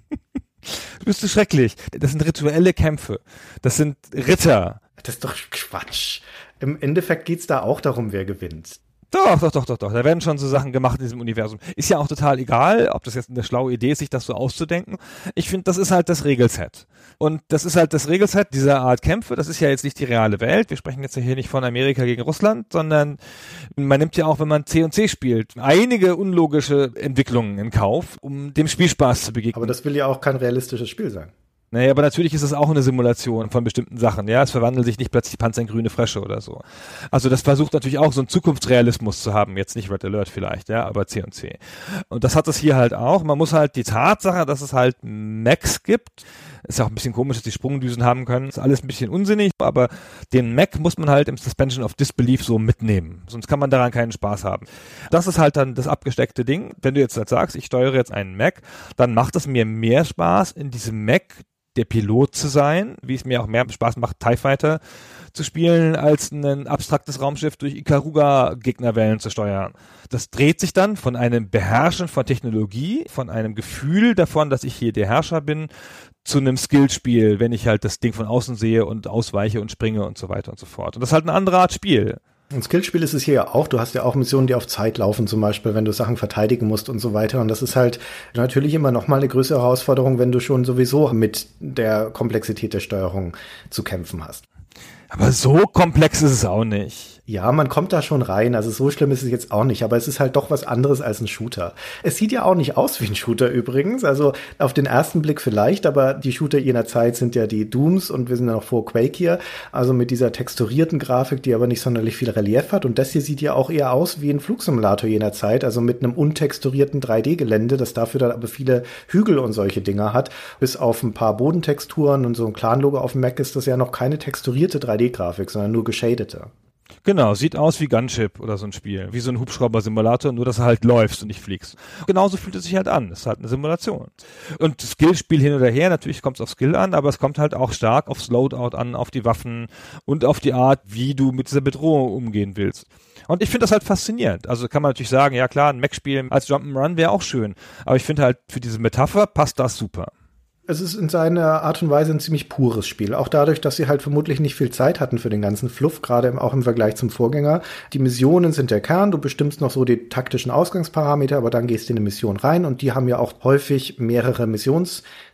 Du bist so schrecklich. Das sind rituelle Kämpfe. Das sind Ritter. Das ist doch Quatsch. Im Endeffekt geht's da auch darum, wer gewinnt. Doch. Da werden schon so Sachen gemacht in diesem Universum. Ist ja auch total egal, ob das jetzt eine schlaue Idee ist, sich das so auszudenken. Ich finde, das ist halt das Regelset. Und das ist halt das Regelset dieser Art Kämpfe. Das ist ja jetzt nicht die reale Welt. Wir sprechen jetzt ja hier nicht von Amerika gegen Russland, sondern man nimmt ja auch, wenn man C&C spielt, einige unlogische Entwicklungen in Kauf, um dem Spielspaß zu begegnen. Aber das will ja auch kein realistisches Spiel sein. Naja, aber natürlich ist es auch eine Simulation von bestimmten Sachen, ja. Es verwandelt sich nicht plötzlich Panzer in grüne Frösche oder so. Also das versucht natürlich auch so einen Zukunftsrealismus zu haben. Jetzt nicht Red Alert vielleicht, ja, aber C&C. Und das hat es hier halt auch. Man muss halt die Tatsache, dass es halt Mechs gibt, ist ja auch ein bisschen komisch, dass die Sprungdüsen haben können. Ist alles ein bisschen unsinnig, aber den Mech muss man halt im Suspension of Disbelief so mitnehmen. Sonst kann man daran keinen Spaß haben. Das ist halt dann das abgesteckte Ding. Wenn du jetzt halt sagst, ich steuere jetzt einen Mech, dann macht es mir mehr Spaß, in diesem Mech der Pilot zu sein, wie es mir auch mehr Spaß macht, TIE Fighter zu spielen, als ein abstraktes Raumschiff durch Ikaruga-Gegnerwellen zu steuern. Das dreht sich dann von einem Beherrschen von Technologie, von einem Gefühl davon, dass ich hier der Herrscher bin, zu einem Skillspiel, wenn ich halt das Ding von außen sehe und ausweiche und springe und so weiter und so fort. Und das ist halt eine andere Art Spiel. Ein Skillspiel ist es hier ja auch. Du hast ja auch Missionen, die auf Zeit laufen, zum Beispiel, wenn du Sachen verteidigen musst und so weiter. Und das ist halt natürlich immer noch mal eine größere Herausforderung, wenn du schon sowieso mit der Komplexität der Steuerung zu kämpfen hast. Aber so komplex ist es auch nicht. Ja, man kommt da schon rein, also so schlimm ist es jetzt auch nicht, aber es ist halt doch was anderes als ein Shooter. Es sieht ja auch nicht aus wie ein Shooter übrigens, also auf den ersten Blick vielleicht, aber die Shooter jener Zeit sind ja die Dooms und wir sind ja noch vor Quake hier, also mit dieser texturierten Grafik, die aber nicht sonderlich viel Relief hat und das hier sieht ja auch eher aus wie ein Flugsimulator jener Zeit, also mit einem untexturierten 3D-Gelände, das dafür dann aber viele Hügel und solche Dinger hat, bis auf ein paar Bodentexturen und so ein Clan-Logo auf dem Mac ist das ja noch keine texturierte 3D-Grafik, sondern nur geschadete. Genau, sieht aus wie Gunship oder so ein Spiel, wie so ein Hubschrauber-Simulator, nur dass du halt läufst und nicht fliegst. Genauso fühlt es sich halt an, es ist halt eine Simulation. Und Skillspiel hin oder her, natürlich kommt es auf Skill an, aber es kommt halt auch stark aufs Loadout an, auf die Waffen und auf die Art, wie du mit dieser Bedrohung umgehen willst. Und ich finde das halt faszinierend. Also kann man natürlich sagen, ja klar, ein Mech-Spiel als Jump'n'Run wäre auch schön, aber ich finde halt, für diese Metapher passt das super. Es ist in seiner Art und Weise ein ziemlich pures Spiel. Auch dadurch, dass sie halt vermutlich nicht viel Zeit hatten für den ganzen Fluff, gerade auch im Vergleich zum Vorgänger. Die Missionen sind der Kern. Du bestimmst noch so die taktischen Ausgangsparameter, aber dann gehst du in eine Mission rein und die haben ja auch häufig mehrere Missions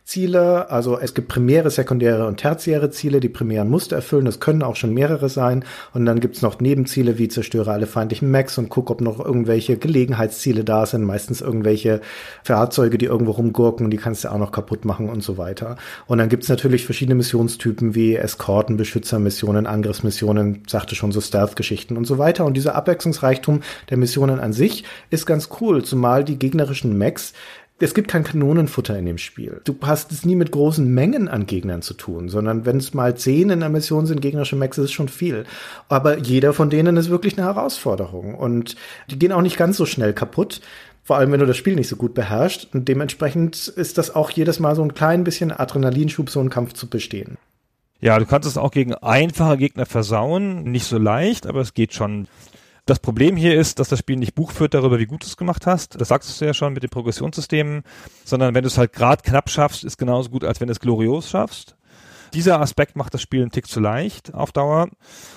Ziele, also es gibt primäre, sekundäre und tertiäre Ziele. Die primären musst du erfüllen, das können auch schon mehrere sein. Und dann gibt's noch Nebenziele wie zerstöre alle feindlichen Mechs und guck, ob noch irgendwelche Gelegenheitsziele da sind. Meistens irgendwelche Fahrzeuge, die irgendwo rumgurken, die kannst du auch noch kaputt machen und so weiter. Und dann gibt's natürlich verschiedene Missionstypen wie Eskorten, Beschützermissionen, Angriffsmissionen, sagte schon so Stealth-Geschichten und so weiter. Und dieser Abwechslungsreichtum der Missionen an sich ist ganz cool, zumal die gegnerischen Mechs, es gibt kein Kanonenfutter in dem Spiel. Du hast es nie mit großen Mengen an Gegnern zu tun, sondern wenn es mal 10 in der Mission sind, gegnerische Mechs, ist es schon viel. Aber jeder von denen ist wirklich eine Herausforderung. Und die gehen auch nicht ganz so schnell kaputt. Vor allem, wenn du das Spiel nicht so gut beherrschst. Und dementsprechend ist das auch jedes Mal so ein klein bisschen Adrenalinschub, so einen Kampf zu bestehen. Ja, du kannst es auch gegen einfache Gegner versauen. Nicht so leicht, aber es geht schon. Das Problem hier ist, dass das Spiel nicht Buch führt darüber, wie gut du es gemacht hast. Das sagst du ja schon mit den Progressionssystemen. Sondern wenn du es halt gerade knapp schaffst, ist genauso gut, als wenn du es glorios schaffst. Dieser Aspekt macht das Spiel einen Tick zu leicht auf Dauer.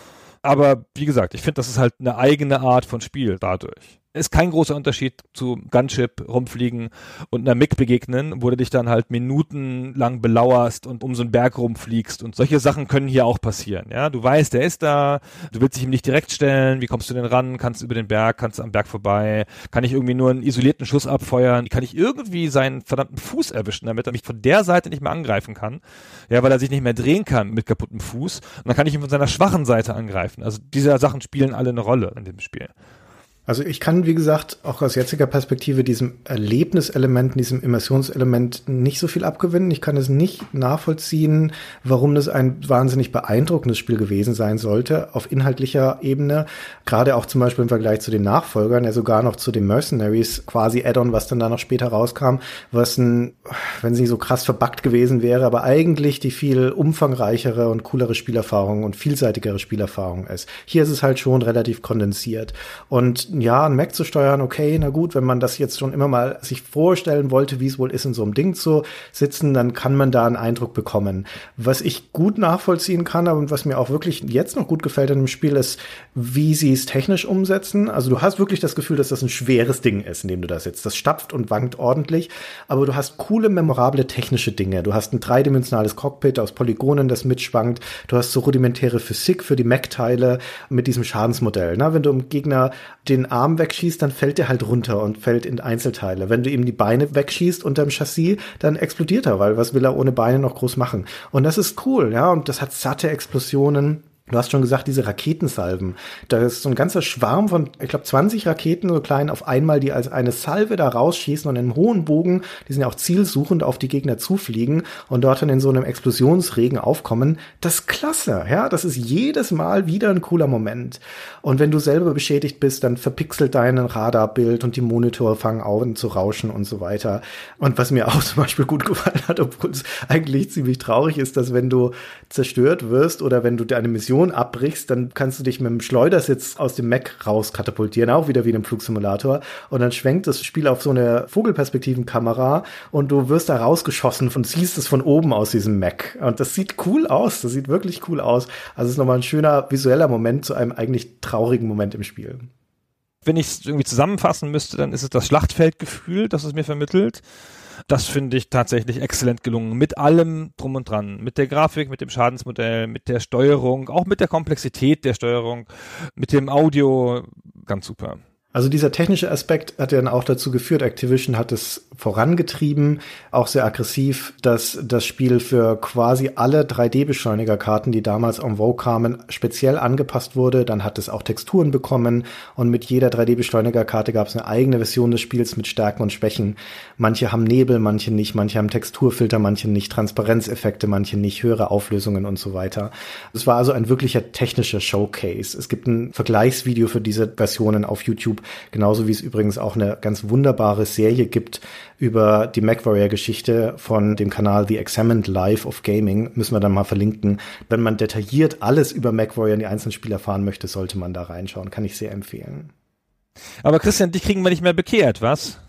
Aber wie gesagt, ich finde, das ist halt eine eigene Art von Spiel dadurch. Ist kein großer Unterschied zu Gunship rumfliegen und einer MiG begegnen, wo du dich dann halt minutenlang belauerst und um so einen Berg rumfliegst und solche Sachen können hier auch passieren, ja. Du weißt, der ist da, du willst dich ihm nicht direkt stellen, wie kommst du denn ran, kannst du über den Berg, kannst du am Berg vorbei, kann ich irgendwie nur einen isolierten Schuss abfeuern, kann ich irgendwie seinen verdammten Fuß erwischen, damit er mich von der Seite nicht mehr angreifen kann, ja, weil er sich nicht mehr drehen kann mit kaputtem Fuß und dann kann ich ihn von seiner schwachen Seite angreifen. Also diese Sachen spielen alle eine Rolle in dem Spiel. Also ich kann, wie gesagt, auch aus jetziger Perspektive diesem Erlebniselement, diesem Immersionselement nicht so viel abgewinnen. Ich kann es nicht nachvollziehen, warum das ein wahnsinnig beeindruckendes Spiel gewesen sein sollte, auf inhaltlicher Ebene. Gerade auch zum Beispiel im Vergleich zu den Nachfolgern, ja sogar noch zu den Mercenaries, quasi Add-on, was dann da noch später rauskam, was wenn es nicht so krass verbuggt gewesen wäre, aber eigentlich die viel umfangreichere und coolere Spielerfahrung und vielseitigere Spielerfahrung ist. Hier ist es halt schon relativ kondensiert. Und ja, ein Mac zu steuern, okay, na gut, wenn man das jetzt schon immer mal sich vorstellen wollte, wie es wohl ist, in so einem Ding zu sitzen, dann kann man da einen Eindruck bekommen. Was ich gut nachvollziehen kann, und was mir auch wirklich jetzt noch gut gefällt in dem Spiel, ist, wie sie es technisch umsetzen. Also du hast wirklich das Gefühl, dass das ein schweres Ding ist, in dem du da sitzt. Das stapft und wankt ordentlich, aber du hast coole, memorable technische Dinge. Du hast ein dreidimensionales Cockpit aus Polygonen, das mitschwankt. Du hast so rudimentäre Physik für die Mac-Teile mit diesem Schadensmodell. Na, wenn du im Gegner den Arm wegschießt, dann fällt der halt runter und fällt in Einzelteile. Wenn du ihm die Beine wegschießt unterm Chassis, dann explodiert er, weil was will er ohne Beine noch groß machen? Und das ist cool, ja, und das hat satte Explosionen. Du hast schon gesagt, diese Raketensalven. Da ist so ein ganzer Schwarm von, ich glaube, 20 Raketen, so klein auf einmal, die als eine Salve da rausschießen und in einem hohen Bogen, die sind ja auch zielsuchend, auf die Gegner zufliegen und dort dann in so einem Explosionsregen aufkommen. Das ist klasse, ja. Das ist jedes Mal wieder ein cooler Moment. Und wenn du selber beschädigt bist, dann verpixelt dein Radarbild und die Monitore fangen an zu rauschen und so weiter. Und was mir auch zum Beispiel gut gefallen hat, obwohl es eigentlich ziemlich traurig ist, dass wenn du zerstört wirst oder wenn du deine Mission abbrichst, dann kannst du dich mit dem Schleudersitz aus dem Mac rauskatapultieren, auch wieder wie in einem Flugsimulator. Und dann schwenkt das Spiel auf so eine Vogelperspektivenkamera und du wirst da rausgeschossen und siehst es von oben aus diesem Mac. Und das sieht cool aus. Das sieht wirklich cool aus. Also es ist nochmal ein schöner visueller Moment zu einem eigentlich traurigen Moment im Spiel. Wenn ich es irgendwie zusammenfassen müsste, dann ist es das Schlachtfeldgefühl, das es mir vermittelt. Das finde ich tatsächlich exzellent gelungen. Mit allem drum und dran. Mit der Grafik, mit dem Schadensmodell, mit der Steuerung, auch mit der Komplexität der Steuerung, mit dem Audio. Ganz super. Also dieser technische Aspekt hat ja dann auch dazu geführt, Activision hat es vorangetrieben, auch sehr aggressiv, dass das Spiel für quasi alle 3D-Beschleunigerkarten, die damals en vogue kamen, speziell angepasst wurde. Dann hat es auch Texturen bekommen und mit jeder 3D-Beschleunigerkarte gab es eine eigene Version des Spiels mit Stärken und Schwächen. Manche haben Nebel, manche nicht, manche haben Texturfilter, manche nicht, Transparenzeffekte, manche nicht, höhere Auflösungen und so weiter. Es war also ein wirklicher technischer Showcase. Es gibt ein Vergleichsvideo für diese Versionen auf YouTube, genauso wie es übrigens auch eine ganz wunderbare Serie gibt über die MechWarrior-Geschichte von dem Kanal The Examined Life of Gaming. Müssen wir dann mal verlinken. Wenn man detailliert alles über MechWarrior und die einzelnen Spiele erfahren möchte, sollte man da reinschauen. Kann ich sehr empfehlen. Aber Christian, dich kriegen wir nicht mehr bekehrt, was?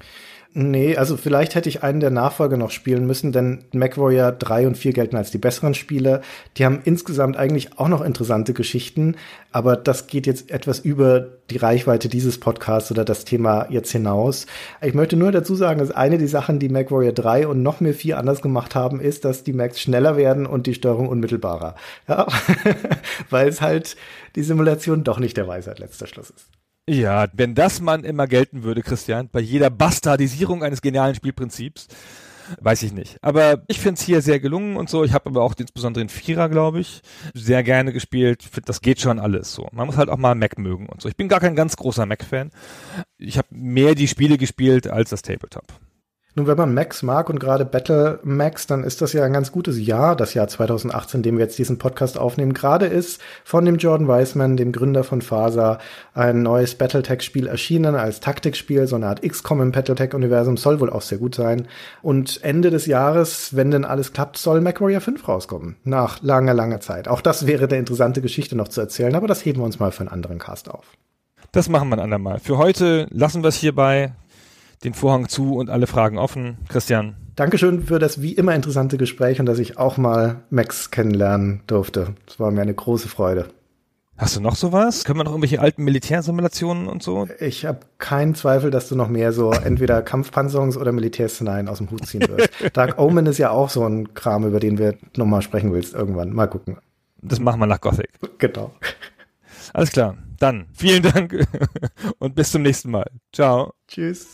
Nee, also vielleicht hätte ich einen der Nachfolger noch spielen müssen, denn MechWarrior 3 und 4 gelten als die besseren Spiele. Die haben insgesamt eigentlich auch noch interessante Geschichten, aber das geht jetzt etwas über die Reichweite dieses Podcasts oder das Thema jetzt hinaus. Ich möchte nur dazu sagen, dass eine der Sachen, die MechWarrior 3 und noch mehr 4 anders gemacht haben, ist, dass die Mechs schneller werden und die Steuerung unmittelbarer. Ja, weil es halt die Simulation doch nicht der Weisheit letzter Schluss ist. Ja, wenn das man immer gelten würde, Christian, bei jeder Bastardisierung eines genialen Spielprinzips, weiß ich nicht. Aber ich finde es hier sehr gelungen und so. Ich habe aber auch insbesondere den Vierer, glaube ich, sehr gerne gespielt. Find, das geht schon alles so. Man muss halt auch mal Mac mögen und so. Ich bin gar kein ganz großer Mac-Fan. Ich habe mehr die Spiele gespielt als das Tabletop. Nun, wenn man Macs mag und gerade Battle Macs, dann ist das ja ein ganz gutes Jahr, das Jahr 2018, in dem wir jetzt diesen Podcast aufnehmen. Gerade ist von dem Jordan Weissman, dem Gründer von FASA, ein neues Battletech-Spiel erschienen als Taktikspiel, so eine Art XCOM im Battletech-Universum, soll wohl auch sehr gut sein. Und Ende des Jahres, wenn denn alles klappt, soll MechWarrior 5 rauskommen. Nach langer, langer Zeit. Auch das wäre eine interessante Geschichte noch zu erzählen, aber das heben wir uns mal für einen anderen Cast auf. Das machen wir ein andermal. Für heute lassen wir es hierbei. Den Vorhang zu und alle Fragen offen. Christian. Dankeschön für das wie immer interessante Gespräch und dass ich auch mal Max kennenlernen durfte. Es war mir eine große Freude. Hast du noch sowas? Können wir noch irgendwelche alten Militärsimulationen und so? Ich habe keinen Zweifel, dass du noch mehr so entweder Kampfpanzerungs- oder Militärszenarien aus dem Hut ziehen wirst. Dark Omen ist ja auch so ein Kram, über den wir nochmal sprechen willst irgendwann. Mal gucken. Das machen wir nach Gothic. Genau. Alles klar. Dann vielen Dank und bis zum nächsten Mal. Ciao. Tschüss.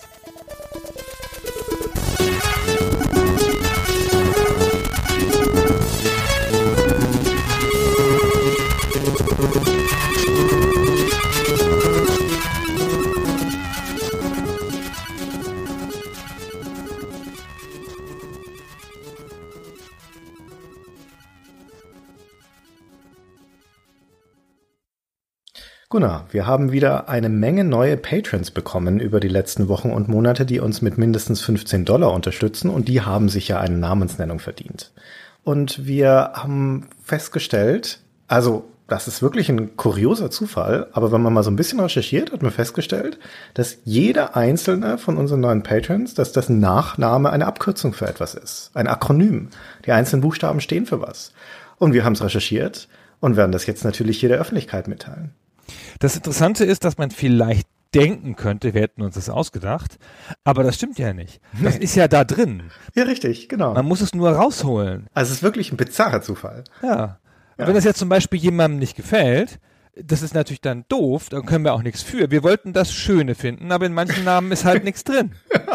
Gunnar, wir haben wieder eine Menge neue Patrons bekommen über die letzten Wochen und Monate, die uns mit mindestens $15 unterstützen und die haben sich ja eine Namensnennung verdient. Und wir haben festgestellt, also das ist wirklich ein kurioser Zufall, aber wenn man mal so ein bisschen recherchiert, hat man festgestellt, dass jeder einzelne von unseren neuen Patrons, dass das Nachname eine Abkürzung für etwas ist, ein Akronym. Die einzelnen Buchstaben stehen für was. Und wir haben es recherchiert und werden das jetzt natürlich hier der Öffentlichkeit mitteilen. Das Interessante ist, dass man vielleicht denken könnte, wir hätten uns das ausgedacht, aber das stimmt ja nicht. Das ist ja da drin. Ja, richtig, genau. Man muss es nur rausholen. Also es ist wirklich ein bizarrer Zufall. Ja. Wenn das jetzt zum Beispiel jemandem nicht gefällt, das ist natürlich dann doof, dann können wir auch nichts für. Wir wollten das Schöne finden, aber in manchen Namen ist halt nichts drin.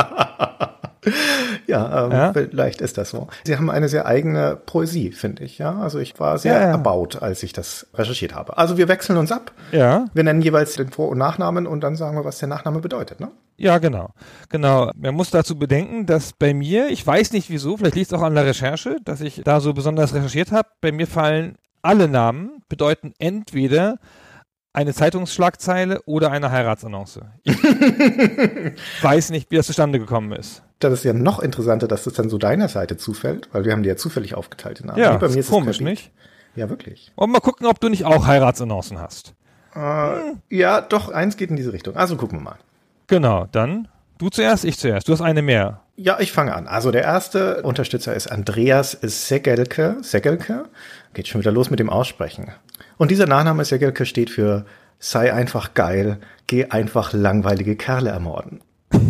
Ja, vielleicht ist das so. Sie haben eine sehr eigene Poesie, finde ich. Ja, also ich war sehr erbaut, als ich das recherchiert habe. Also wir wechseln uns ab. Ja. Wir nennen jeweils den Vor- und Nachnamen und dann sagen wir, was der Nachname bedeutet, ne? Ja, genau. Genau. Man muss dazu bedenken, dass bei mir, ich weiß nicht wieso, vielleicht liegt es auch an der Recherche, dass ich da so besonders recherchiert habe, bei mir fallen alle Namen, bedeuten entweder eine Zeitungsschlagzeile oder eine Heiratsannonce. Ich weiß nicht, wie das zustande gekommen ist. Das ist ja noch interessanter, dass das dann so deiner Seite zufällt, weil wir haben die ja zufällig aufgeteilt. Ja, bei mir ist komisch, nicht? Ja, wirklich. Und mal gucken, ob du nicht auch Heiratsannoncen hast. Ja, doch, eins geht in diese Richtung. Also gucken wir mal. Genau, dann du zuerst, ich zuerst. Du hast eine mehr. Ja, ich fange an. Also der erste Unterstützer ist Andreas Segelke. Geht schon wieder los mit dem Aussprechen. Und dieser Nachname Segelke steht für sei einfach geil, geh einfach langweilige Kerle ermorden.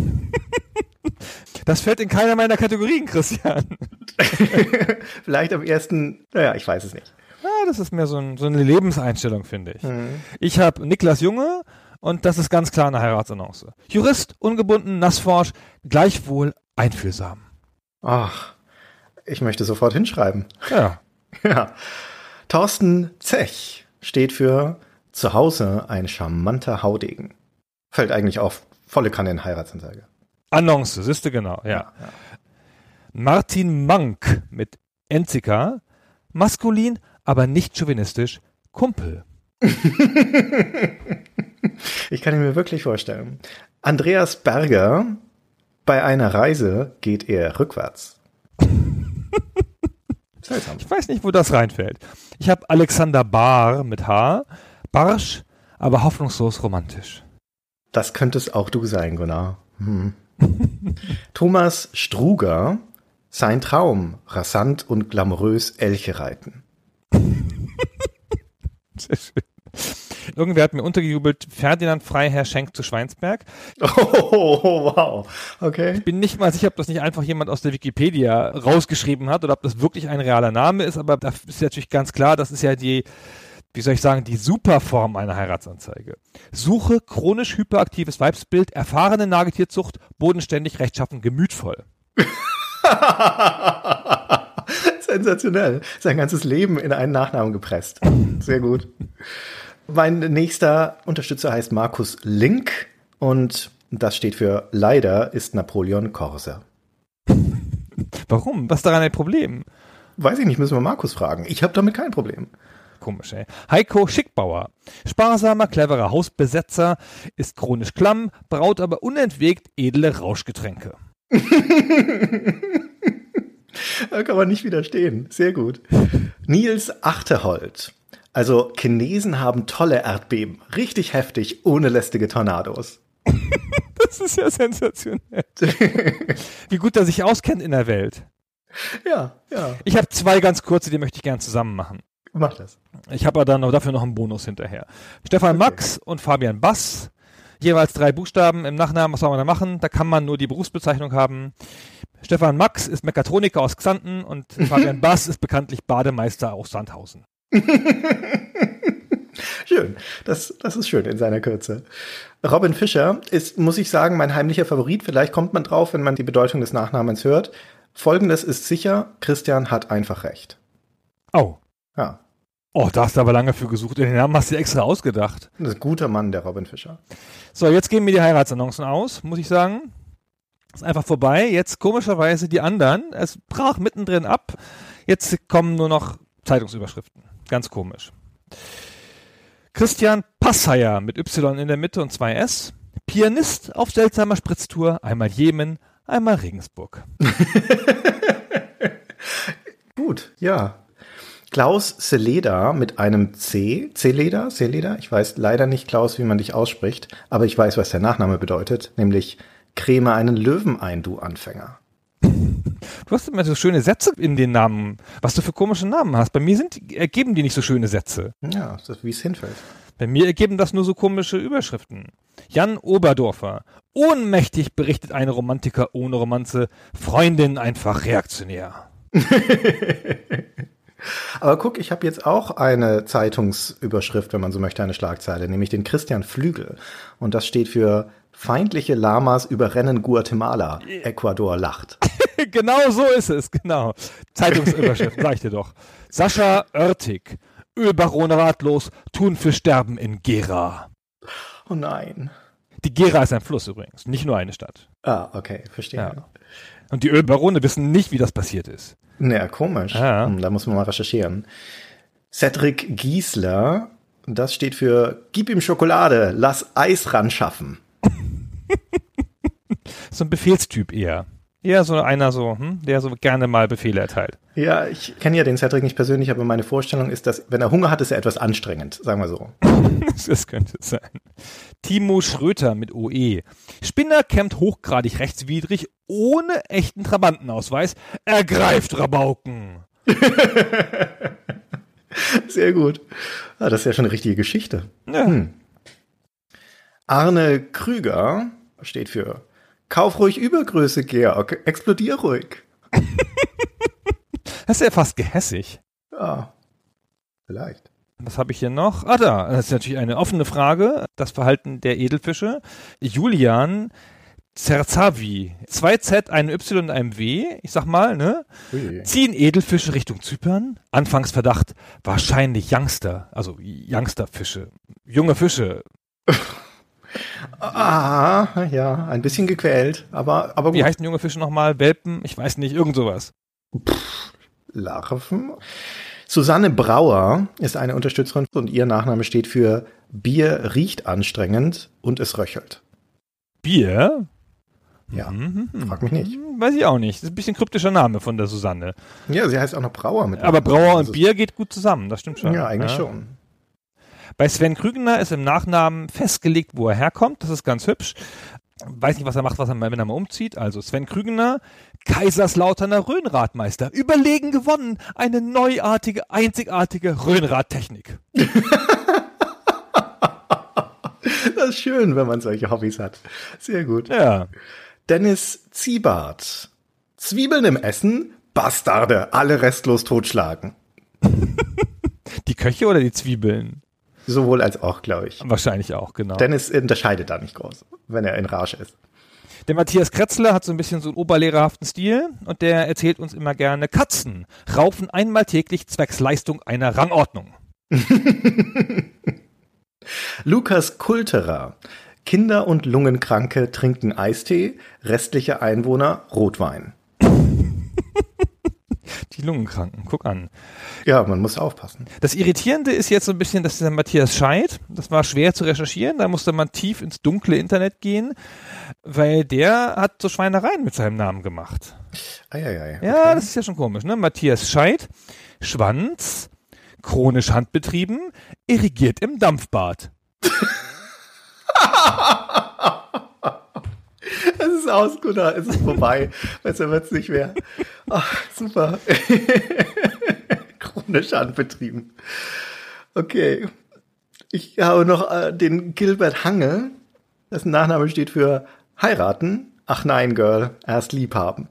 Das fällt in keiner meiner Kategorien, Christian. Vielleicht am ersten, naja, ich weiß es nicht. Ja, das ist mehr so eine Lebenseinstellung, finde ich. Ich habe Niklas Junge und das ist ganz klar eine Heiratsannonce. Jurist, ungebunden, nassforsch, gleichwohl einfühlsam. Ach, ich möchte sofort hinschreiben. Ja. Ja. Thorsten Zech steht für zu Hause ein charmanter Haudegen. Fällt eigentlich auf, volle Kanne in Heiratsanzeige. Annonce, siehste genau, ja. Martin Mank mit Enzika, maskulin, aber nicht chauvinistisch, Kumpel. Ich kann ihn mir wirklich vorstellen. Andreas Berger, bei einer Reise geht er rückwärts. Seltsam. Ich weiß nicht, wo das reinfällt. Ich habe Alexander Bahr mit H, barsch, aber hoffnungslos romantisch. Das könnte es auch du sein, Gunnar. Thomas Struger, sein Traum, rasant und glamourös Elche reiten. Sehr schön. Irgendwer hat mir untergejubelt, Ferdinand Freiherr Schenk zu Schweinsberg. Oh, wow. Okay. Ich bin nicht mal sicher, ob das nicht einfach jemand aus der Wikipedia rausgeschrieben hat oder ob das wirklich ein realer Name ist, aber da ist natürlich ganz klar, das ist ja die, wie soll ich sagen, die Superform einer Heiratsanzeige. Suche chronisch hyperaktives Weibsbild, erfahrene Nagetierzucht, bodenständig, rechtschaffen, gemütvoll. Sensationell. Sein ganzes Leben in einen Nachnamen gepresst. Sehr gut. Mein nächster Unterstützer heißt Markus Link und das steht für Leider ist Napoleon Corsa. Warum? Was ist daran ein Problem? Weiß ich nicht, müssen wir Markus fragen. Ich habe damit kein Problem. Komisch, ey. Heiko Schickbauer. Sparsamer, cleverer Hausbesetzer, ist chronisch klamm, braut aber unentwegt edle Rauschgetränke. Da kann man nicht widerstehen. Sehr gut. Nils Achterholt. Also Chinesen haben tolle Erdbeben. Richtig heftig, ohne lästige Tornados. Das ist ja sensationell. Wie gut er sich auskennt in der Welt. Ja. Ich habe 2 ganz kurze, die möchte ich gern zusammen machen. Mach das. Ich habe aber dann dafür noch einen Bonus hinterher. Stefan Max und Fabian Bass. Jeweils 3 Buchstaben im Nachnamen. Was soll man da machen? Da kann man nur die Berufsbezeichnung haben. Stefan Max ist Mechatroniker aus Xanten und Fabian Bass ist bekanntlich Bademeister aus Sandhausen. Schön. Das ist schön in seiner Kürze. Robin Fischer ist, muss ich sagen, mein heimlicher Favorit. Vielleicht kommt man drauf, wenn man die Bedeutung des Nachnamens hört. Folgendes ist sicher, Christian hat einfach recht. Oh. Ja. Oh, da hast du aber lange für gesucht. Den Namen hast du dir extra ausgedacht. Das ist ein guter Mann, der Robin Fischer. So, jetzt gehen mir die Heiratsannoncen aus, muss ich sagen. Ist einfach vorbei. Jetzt komischerweise die anderen. Es brach mittendrin ab. Jetzt kommen nur noch Zeitungsüberschriften. Ganz komisch. Christian Passheier mit Y in der Mitte und 2 S. Pianist auf seltsamer Spritztour. Einmal Jemen, einmal Regensburg. Gut, ja. Klaus Seleda mit einem C. Seleda? Ich weiß leider nicht, Klaus, wie man dich ausspricht, aber ich weiß, was der Nachname bedeutet, nämlich creme einen Löwen ein, du Anfänger. Du hast immer so schöne Sätze in den Namen, was du für komische Namen hast. Bei mir ergeben die nicht so schöne Sätze. Ja, das ist, wie es hinfällt. Bei mir ergeben das nur so komische Überschriften. Jan Oberdorfer. Ohnmächtig berichtet ein Romantiker ohne Romanze. Freundin einfach reaktionär. Aber guck, ich habe jetzt auch eine Zeitungsüberschrift, wenn man so möchte, eine Schlagzeile, nämlich den Christian Flügel. Und das steht für feindliche Lamas überrennen Guatemala. Ecuador lacht. Genau so ist es, genau. Zeitungsüberschrift, sag ich dir doch. Sascha Oertig. Ölbarone ratlos, Thunfisch sterben in Gera. Oh nein. Die Gera ist ein Fluss übrigens, nicht nur eine Stadt. Ah, okay, verstehe. Ja. Und die Ölbarone wissen nicht, wie das passiert ist. Naja, komisch. Ja. Da muss man mal recherchieren. Cedric Giesler, das steht für Gib ihm Schokolade, lass Eis ran schaffen. So ein Befehlstyp eher. Eher so einer so, der so gerne mal Befehle erteilt. Ja, ich kenne ja den Cedric nicht persönlich, aber meine Vorstellung ist, dass, wenn er Hunger hat, ist er etwas anstrengend, sagen wir so. Das könnte es sein. Timo Schröter mit OE. Spinner kämmt hochgradig rechtswidrig, ohne echten Trabantenausweis, ergreift Rabauken. Sehr gut. Ah, das ist ja schon eine richtige Geschichte. Ja. Arne Krüger steht für Kauf ruhig Übergröße, Georg. Explodier ruhig. Das ist ja fast gehässig. Ja, vielleicht. Was habe ich hier noch? Ah, das ist natürlich eine offene Frage. Das Verhalten der Edelfische. Julian Zerzavi. 2 Z, ein Y und einem W. Ich sag mal, ne? Ui. Ziehen Edelfische Richtung Zypern. Anfangsverdacht, wahrscheinlich Youngster. Also Youngsterfische. Junge Fische. Ah, ja, ein bisschen gequält, aber gut. Wie heißen junge Fische nochmal? Welpen? Ich weiß nicht, irgend sowas. Larven. Susanne Brauer ist eine Unterstützerin und ihr Nachname steht für Bier riecht anstrengend und es röchelt. Bier? Ja, frag mich nicht. Weiß ich auch nicht. Das ist ein bisschen kryptischer Name von der Susanne. Ja, sie heißt auch noch Brauer mit. Aber Brauer und Also, Bier geht gut zusammen, das stimmt schon. Ja, eigentlich schon. Bei Sven Krügner ist im Nachnamen festgelegt, wo er herkommt. Das ist ganz hübsch. Weiß nicht, was er macht, wenn er mal umzieht. Also Sven Krügener, Kaiserslauterner Röhnradmeister. Überlegen gewonnen. Eine neuartige, einzigartige Röhnradtechnik. Das ist schön, wenn man solche Hobbys hat. Sehr gut. Ja. Dennis Ziebart. Zwiebeln im Essen? Bastarde, alle restlos totschlagen. Die Köche oder die Zwiebeln? Sowohl als auch, glaube ich. Wahrscheinlich auch, genau. Dennis unterscheidet da nicht groß, wenn er in Rage ist. Der Matthias Kretzler hat so ein bisschen so einen oberlehrerhaften Stil und der erzählt uns immer gerne, Katzen raufen einmal täglich zwecks Leistung einer Rangordnung. Lukas Kulterer. Kinder und Lungenkranke trinken Eistee, restliche Einwohner Rotwein. Die Lungenkranken, guck an. Ja, man muss aufpassen. Das Irritierende ist jetzt so ein bisschen, dass dieser Matthias Scheidt, das war schwer zu recherchieren, da musste man tief ins dunkle Internet gehen, weil der hat so Schweinereien mit seinem Namen gemacht. Eieiei. Okay. Ja, das ist ja schon komisch, ne? Matthias Scheidt, Schwanz, chronisch handbetrieben, irrigiert im Dampfbad. Es ist aus, Gunnar, es ist vorbei. Besser wird's nicht mehr. Ach, super. Chronisch anbetrieben. Okay. Ich habe noch den Gilbert Hange. Dessen Nachname steht für heiraten. Ach nein, Girl, erst lieb haben.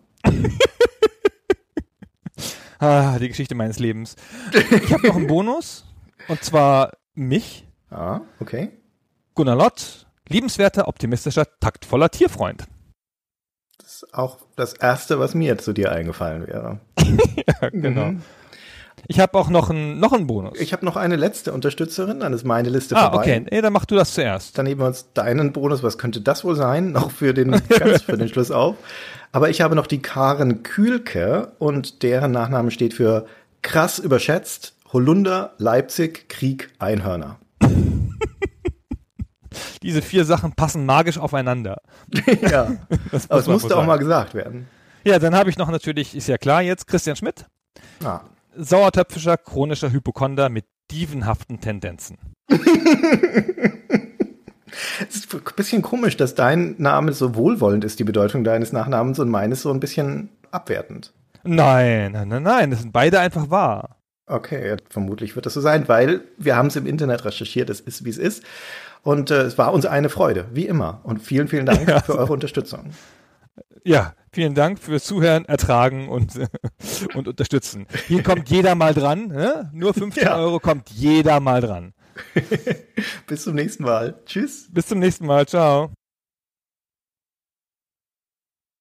Die Geschichte meines Lebens. Ich habe noch einen Bonus. Und zwar mich. Ah, okay. Gunnar Lott. Liebenswerter, optimistischer, taktvoller Tierfreund. Das ist auch das Erste, was mir zu dir eingefallen wäre. Ja, genau. Ich habe auch noch einen Bonus. Ich habe noch eine letzte Unterstützerin, dann ist meine Liste vorbei. Okay, nee, dann mach du das zuerst. Dann nehmen wir uns deinen Bonus, was könnte das wohl sein, noch für den Schluss auf. Aber ich habe noch die Karen Kühlke und deren Nachname steht für krass überschätzt, Holunder, Leipzig, Krieg, Einhörner. Diese 4 Sachen passen magisch aufeinander. Ja, aber es musste auch mal gesagt werden. Ja, dann habe ich noch natürlich, ist ja klar jetzt, Christian Schmidt. Ah. Sauertöpfischer, chronischer Hypochonder mit dievenhaften Tendenzen. Es ist ein bisschen komisch, dass dein Name so wohlwollend ist, die Bedeutung deines Nachnamens, und meines so ein bisschen abwertend. Nein, das sind beide einfach wahr. Okay, ja, vermutlich wird das so sein, weil wir haben es im Internet recherchiert, es ist, wie es ist. Und es war uns eine Freude, wie immer. Und vielen, vielen Dank für eure Unterstützung. Ja, vielen Dank fürs Zuhören, Ertragen und Unterstützen. Hier kommt jeder mal dran. Ne? Nur 15 Euro kommt jeder mal dran. Bis zum nächsten Mal. Tschüss. Bis zum nächsten Mal. Ciao.